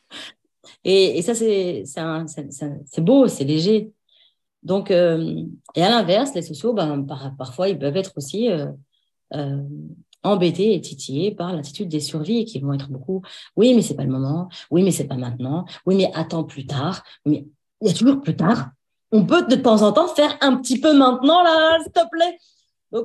Et ça, c'est beau, c'est léger. Donc, et à l'inverse, les sociaux, ben, parfois, ils peuvent être aussi euh, embêtés et titillés par l'attitude des survies qui vont être beaucoup, oui, mais c'est pas le moment, oui, mais c'est pas maintenant, oui, mais attends plus tard, oui, mais il y a toujours plus tard. On peut de temps en temps faire un petit peu maintenant, là, s'il te plaît. Donc,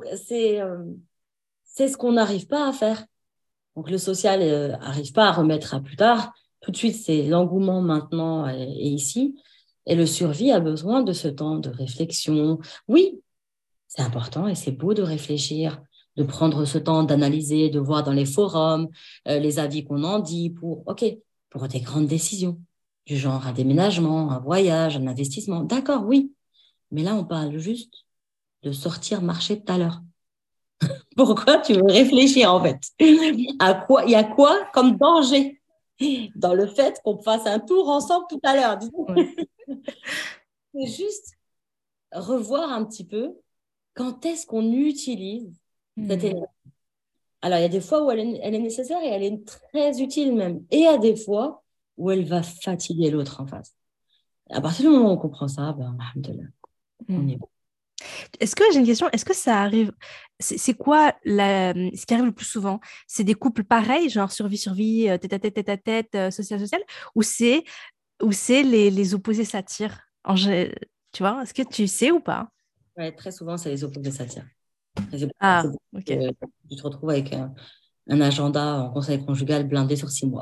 c'est ce qu'on n'arrive pas à faire. Donc, le social n'arrive pas à remettre à plus tard. Tout de suite, c'est l'engouement maintenant et ici. Et le survie a besoin de ce temps de réflexion. Oui, c'est important et c'est beau de réfléchir, de prendre ce temps d'analyser, de voir dans les forums les avis qu'on en dit pour des grandes décisions, du genre un déménagement, un voyage, un investissement. D'accord, oui. Mais là, on parle juste de sortir marcher tout à l'heure. Pourquoi tu veux réfléchir en fait? À quoi, il y a quoi comme danger dans le fait qu'on fasse un tour ensemble tout à l'heure? Ouais. C'est juste revoir un petit peu quand est-ce qu'on utilise cette Hmm. énergie. Alors, il y a des fois où elle est nécessaire et elle est très utile même. Et il y a des fois où elle va fatiguer l'autre en face. À partir du moment où on comprend ça, ben, alhamdoulilah, on Hmm. est bon. Est-ce que j'ai une question? Est-ce que ça arrive? C'est quoi ce qui arrive le plus souvent? C'est des couples pareils, genre survie, tête à tête, social, ou c'est les opposés s'attirent? Tu vois, est-ce que tu sais ou pas? Ouais, très souvent, c'est les opposés s'attirent. Et c'est Ah, pour ça ok. que tu te retrouves avec un agenda en conseil conjugal blindé sur 6 mois.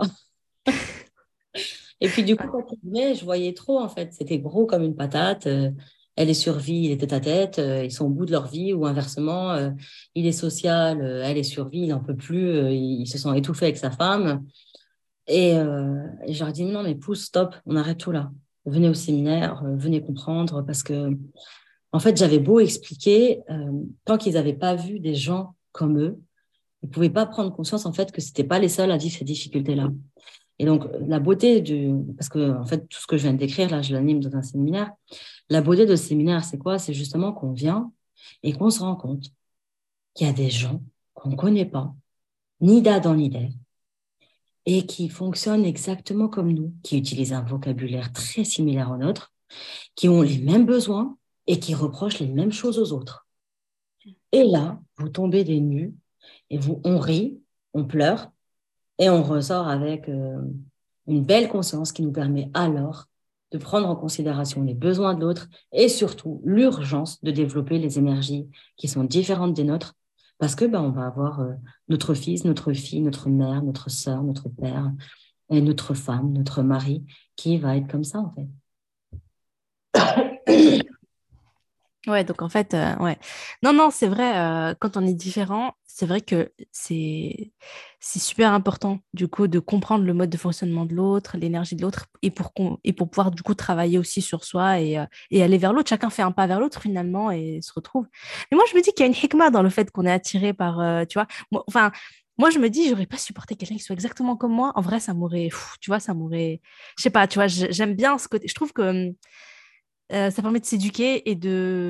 Et puis, du coup, Ouais. quand il venait, je voyais trop, en fait. C'était gros comme une patate. Elle est survie, il est tête à tête. Ils sont au bout de leur vie. Ou inversement, il est social, elle est survie, il n'en peut plus. Il se sent étouffé avec sa femme. Et je leur dis, non, mais pousse, stop, on arrête tout là. Venez au séminaire, venez comprendre. Parce que, en fait, j'avais beau expliquer, tant qu'ils n'avaient pas vu des gens comme eux, ils ne pouvaient pas prendre conscience, en fait, que ce n'étaient pas les seuls à vivre ces difficultés-là. Et donc, la beauté parce que, en fait, tout ce que je viens de décrire, là, je l'anime dans un séminaire. La beauté de ce séminaire, c'est quoi? C'est justement qu'on vient et qu'on se rend compte qu'il y a des gens qu'on ne connaît pas, ni d'Adam ni d'Ève, et qui fonctionnent exactement comme nous, qui utilisent un vocabulaire très similaire au nôtre, qui ont les mêmes besoins et qui reprochent les mêmes choses aux autres. Et là, vous tombez des nues et on rit, on pleure et on ressort avec une belle conscience qui nous permet alors de prendre en considération les besoins de l'autre et surtout l'urgence de développer les énergies qui sont différentes des nôtres parce que ben, on va avoir notre fils, notre fille, notre mère, notre sœur, notre père et notre femme, notre mari qui va être comme ça en fait. Ouais, donc en fait, ouais. Non, non, c'est vrai, quand on est différent, c'est vrai que c'est super important, du coup, de comprendre le mode de fonctionnement de l'autre, l'énergie de l'autre, et pour pouvoir, du coup, travailler aussi sur soi et aller vers l'autre. Chacun fait un pas vers l'autre, finalement, et se retrouve. Mais moi, je me dis qu'il y a une hikmah dans le fait qu'on est attiré par, tu vois, enfin, moi, je me dis, j'aurais pas supporté quelqu'un qui soit exactement comme moi. En vrai, ça m'aurait, tu vois, ça m'aurait, je sais pas, tu vois, j'aime bien ce côté. Je trouve que ça permet de s'éduquer et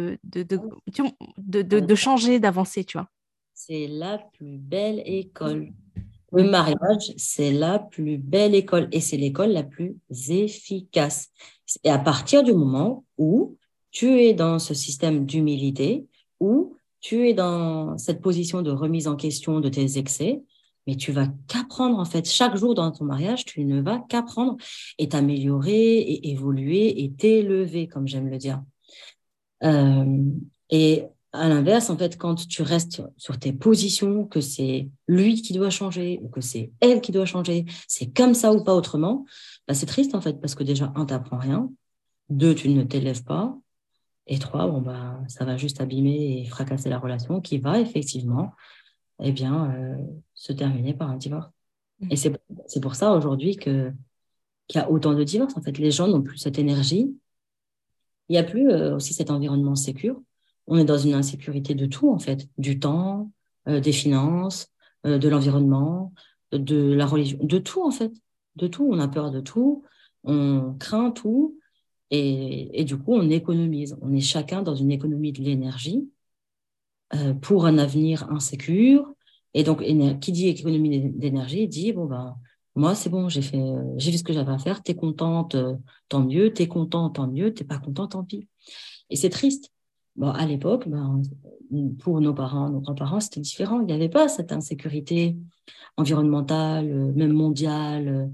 de changer, d'avancer, tu vois. C'est la plus belle école. Le mariage, c'est la plus belle école et c'est l'école la plus efficace. Et à partir du moment où tu es dans ce système d'humilité, où tu es dans cette position de remise en question de tes excès, mais tu vas qu'apprendre en fait. Chaque jour dans ton mariage, tu ne vas qu'apprendre et t'améliorer et évoluer et t'élever, comme j'aime le dire. Euh, et à l'inverse, en fait, quand tu restes sur tes positions, que c'est lui qui doit changer ou que c'est elle qui doit changer, c'est comme ça ou pas autrement, bah c'est triste en fait, parce que déjà, un, t'apprends rien, deux, tu ne t'élèves pas, et trois, bon, bah, ça va juste abîmer et fracasser la relation qui va effectivement, eh bien, se terminer par un divorce. Et c'est pour ça aujourd'hui qu'il y a autant de divorces. En fait, les gens n'ont plus cette énergie. Il n'y a plus aussi cet environnement sécure. On est dans une insécurité de tout, en fait, du temps, des finances, de l'environnement, de la religion, de tout, en fait, de tout. On a peur de tout, on craint tout, et du coup, on économise. On est chacun dans une économie de l'énergie pour un avenir insécure. Et donc, qui dit économie d'énergie dit, bon, ben, moi, c'est bon, j'ai fait ce que j'avais à faire. T'es contente, tant mieux. T'es content, tant mieux. T'es pas content, tant pis. Et c'est triste. Bon, à l'époque, ben, pour nos parents, nos grands-parents, c'était différent. Il n'y avait pas cette insécurité environnementale, même mondiale.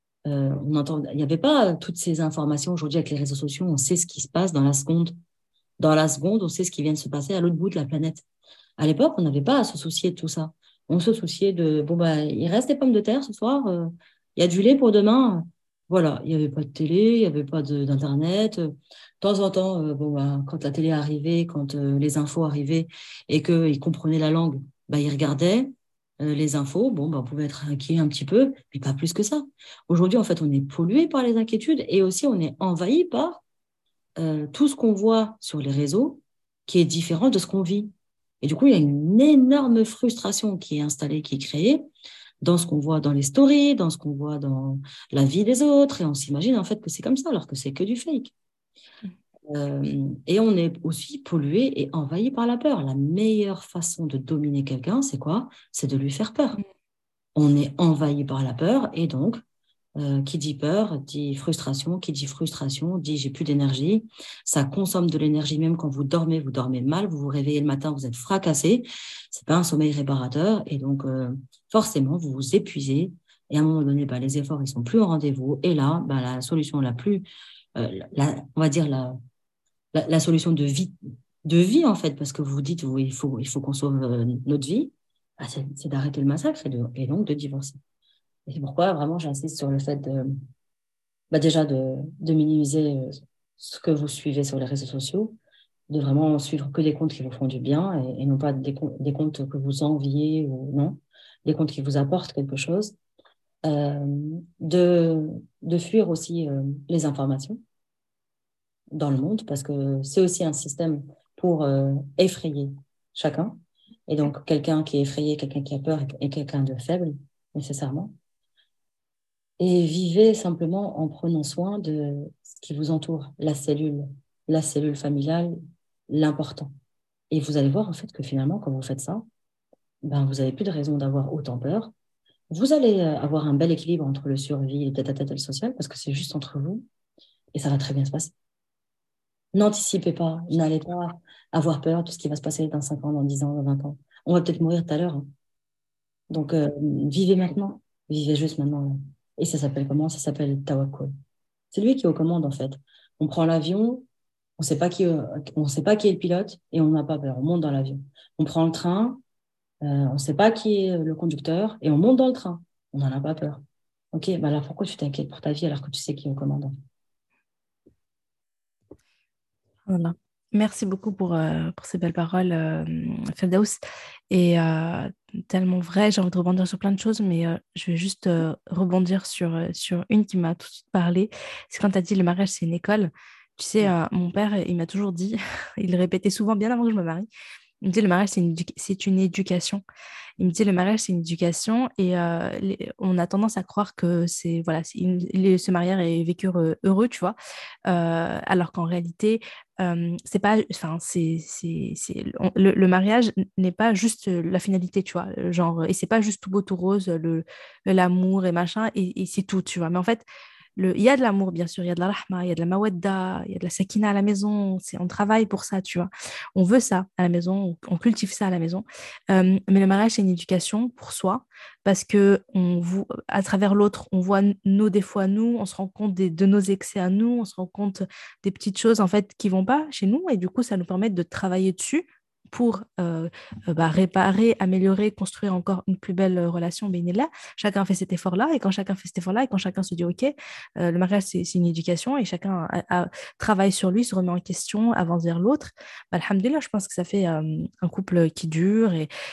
Il n'y avait pas toutes ces informations. Aujourd'hui, avec les réseaux sociaux, on sait ce qui se passe dans la seconde. Dans la seconde, on sait ce qui vient de se passer à l'autre bout de la planète. À l'époque, on n'avait pas à se soucier de tout ça. On se souciait de, bon, bah, il reste des pommes de terre ce soir, il y a du lait pour demain. Voilà, il n'y avait pas de télé, il n'y avait pas d'Internet. De temps en temps, bon, bah, quand la télé arrivait, quand les infos arrivaient et qu'ils comprenaient la langue, bah, ils regardaient les infos. Bon, bah, on pouvait être inquiet un petit peu, mais pas plus que ça. Aujourd'hui, en fait, on est pollué par les inquiétudes et aussi on est envahi par tout ce qu'on voit sur les réseaux qui est différent de ce qu'on vit. Et du coup, il y a une énorme frustration qui est installée, qui est créée dans ce qu'on voit dans les stories, dans ce qu'on voit dans la vie des autres. Et on s'imagine en fait que c'est comme ça, alors que c'est que du fake. Et on est aussi pollué et envahi par la peur. La meilleure façon de dominer quelqu'un, c'est quoi? C'est de lui faire peur. On est envahi par la peur et donc qui dit peur, dit frustration, qui dit frustration, dit j'ai plus d'énergie. Ça consomme de l'énergie même quand vous dormez mal, vous vous réveillez le matin, vous êtes fracassé. C'est pas un sommeil réparateur et donc forcément vous vous épuisez et à un moment donné, bah, les efforts ils sont plus au rendez-vous et là, bah, la solution la plus, on va dire la solution de vie en fait, parce que vous vous dites il faut qu'on sauve notre vie, bah, c'est d'arrêter le massacre et donc de divorcer. Et c'est pourquoi vraiment j'insiste sur le fait de, bah déjà de minimiser ce que vous suivez sur les réseaux sociaux, de vraiment suivre que des comptes qui vous font du bien et non pas des comptes que vous enviez ou non, des comptes qui vous apportent quelque chose. Euh, de fuir aussi les informations dans le monde parce que c'est aussi un système pour effrayer chacun. Et donc, quelqu'un qui est effrayé, quelqu'un qui a peur est quelqu'un de faible, nécessairement. Et vivez simplement en prenant soin de ce qui vous entoure, la cellule familiale, l'important. Et vous allez voir en fait que finalement, quand vous faites ça, ben, vous n'avez plus de raison d'avoir autant peur. Vous allez avoir un bel équilibre entre le survie et le tête-à-tête et le social parce que c'est juste entre vous et ça va très bien se passer. N'anticipez pas, n'allez pas avoir peur de ce qui va se passer dans 5 ans, dans 10 ans, dans 20 ans. On va peut-être mourir tout à l'heure, hein. Donc, vivez maintenant, vivez juste maintenant. Et ça s'appelle comment? Ça s'appelle Tawakkul. C'est lui qui est aux commandes, en fait. On prend l'avion, on sait pas qui est le pilote et on n'a pas peur. On monte dans l'avion. On prend le train, on ne sait pas qui est le conducteur et on monte dans le train. On n'en a pas peur. Ok, bah là, pourquoi tu t'inquiètes pour ta vie alors que tu sais qui est aux commandes? Voilà. Merci beaucoup pour ces belles paroles, Firdaus. Et tellement vrai, j'ai envie de rebondir sur plein de choses, mais je vais juste rebondir sur une qui m'a tout de suite parlé. C'est quand tu as dit le mariage, c'est une école. Tu sais, mon père, il m'a toujours dit, il le répétait souvent bien avant que je me marie, Il me dit le mariage, c'est une éducation. Il me dit le mariage, c'est une éducation et on a tendance à croire que c'est, voilà, se marier et vécu heureux, tu vois. Alors qu'en réalité, c'est pas, enfin, le mariage n'est pas juste la finalité, tu vois. Genre, et c'est pas juste tout beau, tout rose, l'amour et machin, et c'est tout, tu vois. Mais en fait, il y a de l'amour, bien sûr, il y a de la rahma, il y a de la mawadda, il y a de la sakina à la maison, on travaille pour ça, tu vois. On veut ça à la maison, on cultive ça à la maison. Mais le mariage, c'est une éducation pour soi, parce que à travers l'autre, on voit nos défauts à nous, on se rend compte de nos excès à nous, on se rend compte des petites choses, en fait, qui vont pas chez nous, et du coup, ça nous permet de travailler dessus pour réparer, améliorer, construire encore une plus belle relation. Là, chacun fait cet effort-là, et quand chacun fait cet effort-là, et quand chacun se dit, OK, le mariage, c'est une éducation, et chacun travaille sur lui, se remet en question, avance vers l'autre, alhamdoulilah, je pense que ça fait un couple qui dure,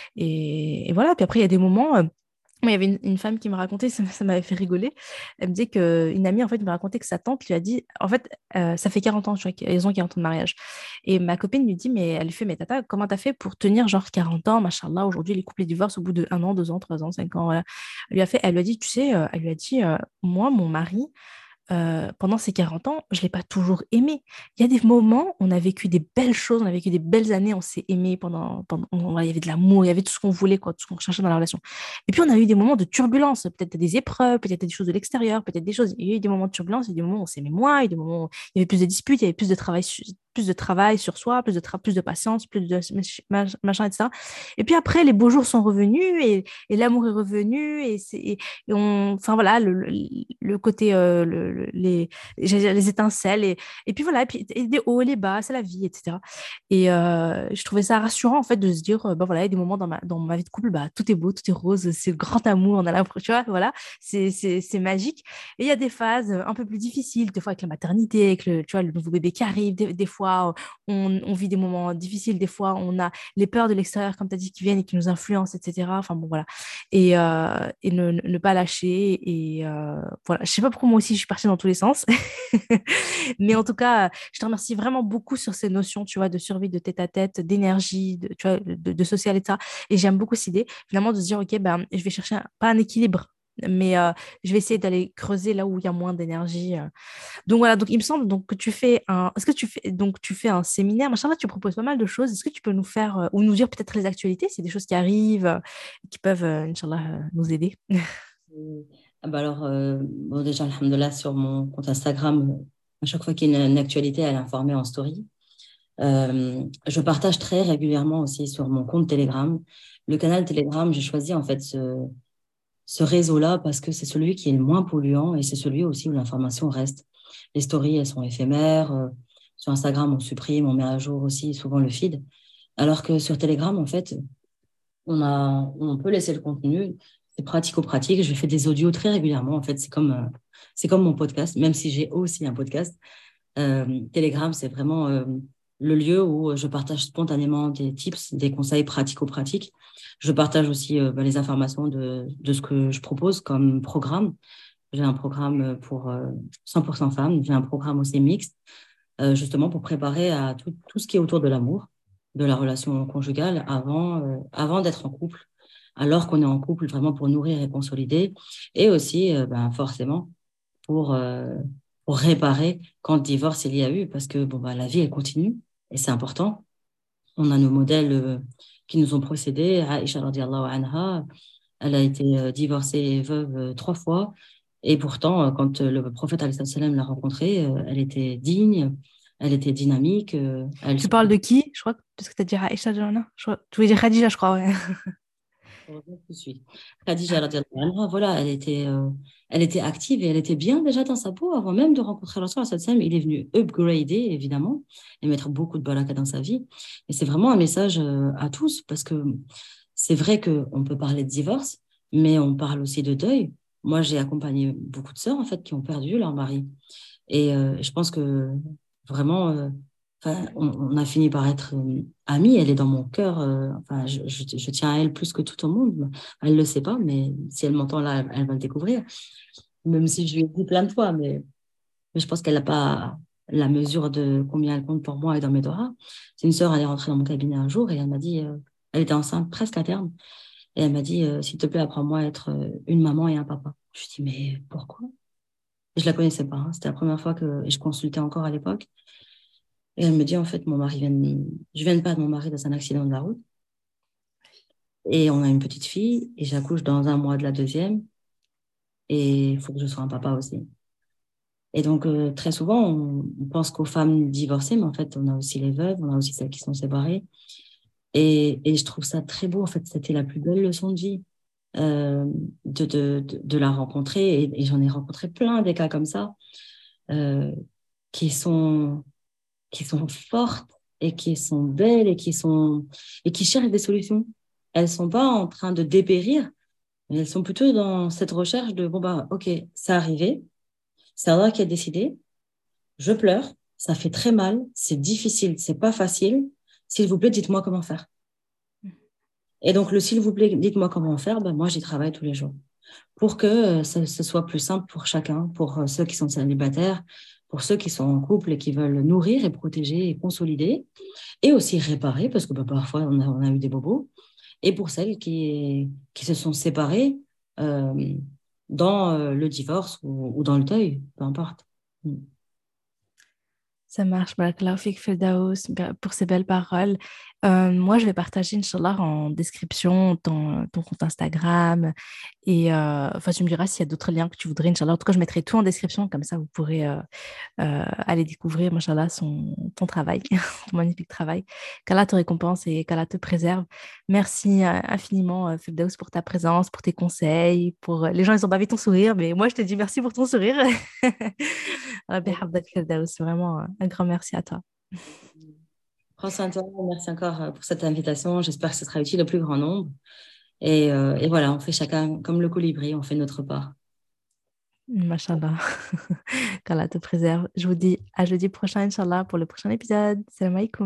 et voilà. Puis après, il y a des moments. Moi, il y avait une femme qui me racontait, ça m'avait fait rigoler. Elle me disait qu'une amie, en fait, me racontait que sa tante lui a dit, en fait, ça fait 40 ans, tu vois, qu'ils ont 40 ans de mariage. Et ma copine lui dit, mais elle lui fait, mais tata, comment t'as fait pour tenir genre 40 ans, machallah, aujourd'hui, les couples divorcent au bout de 1 an, 2 ans, 3 ans, 5 ans, voilà. Elle lui a dit, tu sais, elle lui a dit, moi, mon mari, pendant ces 40 ans, je ne l'ai pas toujours aimé. Il y a des moments, on a vécu des belles choses, on a vécu des belles années, on s'est aimé il y avait de l'amour, il y avait tout ce qu'on voulait, quoi, tout ce qu'on cherchait dans la relation. Et puis, on a eu des moments de turbulence, peut-être des épreuves, peut-être des choses de l'extérieur, peut-être des choses. Il y a eu des moments de turbulence, il y a eu des moments où on s'aimait moins, il y a eu des moments où il y avait plus de disputes, il y avait plus de travail sur soi, plus de patience, plus de machin, etc. Et puis après, les beaux jours sont revenus et l'amour est revenu enfin voilà, le côté, j'allais dire les étincelles et puis voilà, et puis et des hauts et les bas, c'est la vie, etc. Et je trouvais ça rassurant en fait de se dire, bah voilà, il y a des moments dans ma vie de couple, bah tout est beau, tout est rose, c'est le grand amour, on a l'impression, tu vois, voilà, c'est magique. Et il y a des phases un peu plus difficiles, des fois avec la maternité, avec tu vois, le nouveau bébé qui arrive, des fois on vit des moments difficiles, des fois on a les peurs de l'extérieur, comme tu as dit, qui viennent et qui nous influencent, etc. Enfin bon, voilà. Et ne pas lâcher. Et voilà, je sais pas pourquoi moi aussi je suis partie dans tous les sens. Mais en tout cas, je te remercie vraiment beaucoup sur ces notions, tu vois, de survie, de tête à tête, d'énergie, tu vois, de social, etc. Et j'aime beaucoup cette idée, finalement, de se dire, OK, ben, je vais chercher pas un équilibre, mais je vais essayer d'aller creuser là où il y a moins d'énergie. Donc voilà, donc il me semble donc que tu fais un. Est-ce que tu fais un séminaire, machin, là, tu proposes pas mal de choses. Est-ce que tu peux nous faire ou nous dire peut-être les actualités, c'est des choses qui arrivent, qui peuvent, Inch'Allah, nous aider. Ah bah alors, bon, déjà, alhamdoulilah, sur mon compte Instagram, à chaque fois qu'il y a une actualité, elle est informée en story. Je partage très régulièrement aussi sur mon compte Telegram. Le canal Telegram, j'ai choisi en fait ce réseau-là parce que c'est celui qui est le moins polluant et c'est celui aussi où l'information reste. Les stories, elles sont éphémères. Sur Instagram, on supprime, on met à jour aussi souvent le feed. Alors que sur Telegram, en fait, on peut laisser le contenu. C'est pratico-pratique. Je fais des audios très régulièrement. En fait, c'est comme mon podcast, même si j'ai aussi un podcast. Telegram, c'est vraiment le lieu où je partage spontanément des tips, des conseils pratico-pratiques. Je partage aussi les informations de ce que je propose comme programme. J'ai un programme pour 100% femmes. J'ai un programme aussi mixte, justement pour préparer à tout ce qui est autour de l'amour, de la relation conjugale avant d'être en couple, alors qu'on est en couple vraiment pour nourrir et consolider, et aussi forcément pour, euh, pour réparer quand le divorce il y a eu, parce que bon, bah, la vie, elle continue, et c'est important. On a nos modèles qui nous ont précédés. Aïcha radiallahu anha, elle a été divorcée et veuve 3 fois, et pourtant, quand le prophète alayhi salam l'a rencontrée, elle était digne, elle était dynamique, elle Tu se parles de qui? Je crois parce que tu as dit Aïcha Johanna. Tu voulais dire Khadija, je crois, ouais. heureusement que je suis. Khadija, radiallahu anha, voilà, elle était active et elle était bien déjà dans sa peau avant même de rencontrer le Rasoul sallallahu alayhi wa sallam. Il est venu upgrader, évidemment, et mettre beaucoup de baraka dans sa vie. Et c'est vraiment un message à tous parce que c'est vrai qu'on peut parler de divorce, mais on parle aussi de deuil. Moi, j'ai accompagné beaucoup de sœurs, en fait, qui ont perdu leur mari. Et je pense que vraiment, enfin, on a fini par être amies. Elle est dans mon cœur. Enfin, je tiens à elle plus que tout au monde. Elle ne le sait pas, mais si elle m'entend là, elle va le découvrir. Même si je lui ai dit plein de fois, mais je pense qu'elle n'a pas. la mesure de combien elle compte pour moi et dans mes doigts. C'est une sœur, elle est rentrée dans mon cabinet un jour et elle m'a dit, elle était enceinte presque à terme, et elle m'a dit, s'il te plaît, apprends-moi à être une maman et un papa. Je lui dis, mais pourquoi? Je la connaissais pas, hein. C'était la première fois que et je consultais encore à l'époque. Et elle me dit, en fait, je viens de perdre mon mari dans un accident de la route. Et on a une petite fille, et j'accouche dans un mois de la deuxième, et il faut que je sois un papa aussi. Et donc, très souvent, on pense qu'aux femmes divorcées, mais en fait, on a aussi les veuves, on a aussi celles qui sont séparées. Et je trouve ça très beau. En fait, c'était la plus belle leçon de vie de la rencontrer. Et j'en ai rencontré plein des cas comme ça, euh, qui sont, qui sont fortes et qui sont belles et qui cherchent des solutions. Elles sont pas en train de dépérir, mais elles sont plutôt dans cette recherche de, bon, bah, OK, c'est arrivé, c'est Allah qui a décidé, je pleure, ça fait très mal, c'est difficile, c'est pas facile. S'il vous plaît, dites-moi comment faire. Et donc, le s'il vous plaît, dites-moi comment faire, ben, moi, j'y travaille tous les jours pour que ce soit plus simple pour chacun, pour ceux qui sont célibataires, pour ceux qui sont en couple et qui veulent nourrir et protéger et consolider, et aussi réparer, parce que ben, parfois, on a eu des bobos, et pour celles qui se sont séparées euh, dans le divorce ou dans le deuil, peu importe. Mm. Ça marche, Barakallahu fik, Firdaus, pour ces belles paroles. Moi, je vais partager, Inch'Allah, en description ton compte Instagram. Et enfin, tu me diras s'il y a d'autres liens que tu voudrais, Inch'Allah. En tout cas, je mettrai tout en description, comme ça, vous pourrez aller découvrir, Inch'Allah, ton travail, ton magnifique travail. Qu'Allah te récompense et qu'Allah te préserve. Merci infiniment, Firdaus, pour ta présence, pour tes conseils. Les gens, ils ont bavé ton sourire, mais moi, je te dis merci pour ton sourire. Rabbi Hafdak Firdaus, vraiment un grand merci à toi. Prends soin de toi. Merci encore pour cette invitation. J'espère que ce sera utile au plus grand nombre. Et voilà, on fait chacun comme le colibri, on fait notre part. Mashallah. Qu'Allah te préserve. Je vous dis à jeudi prochain, Inch'Allah, pour le prochain épisode. Salam alaikum.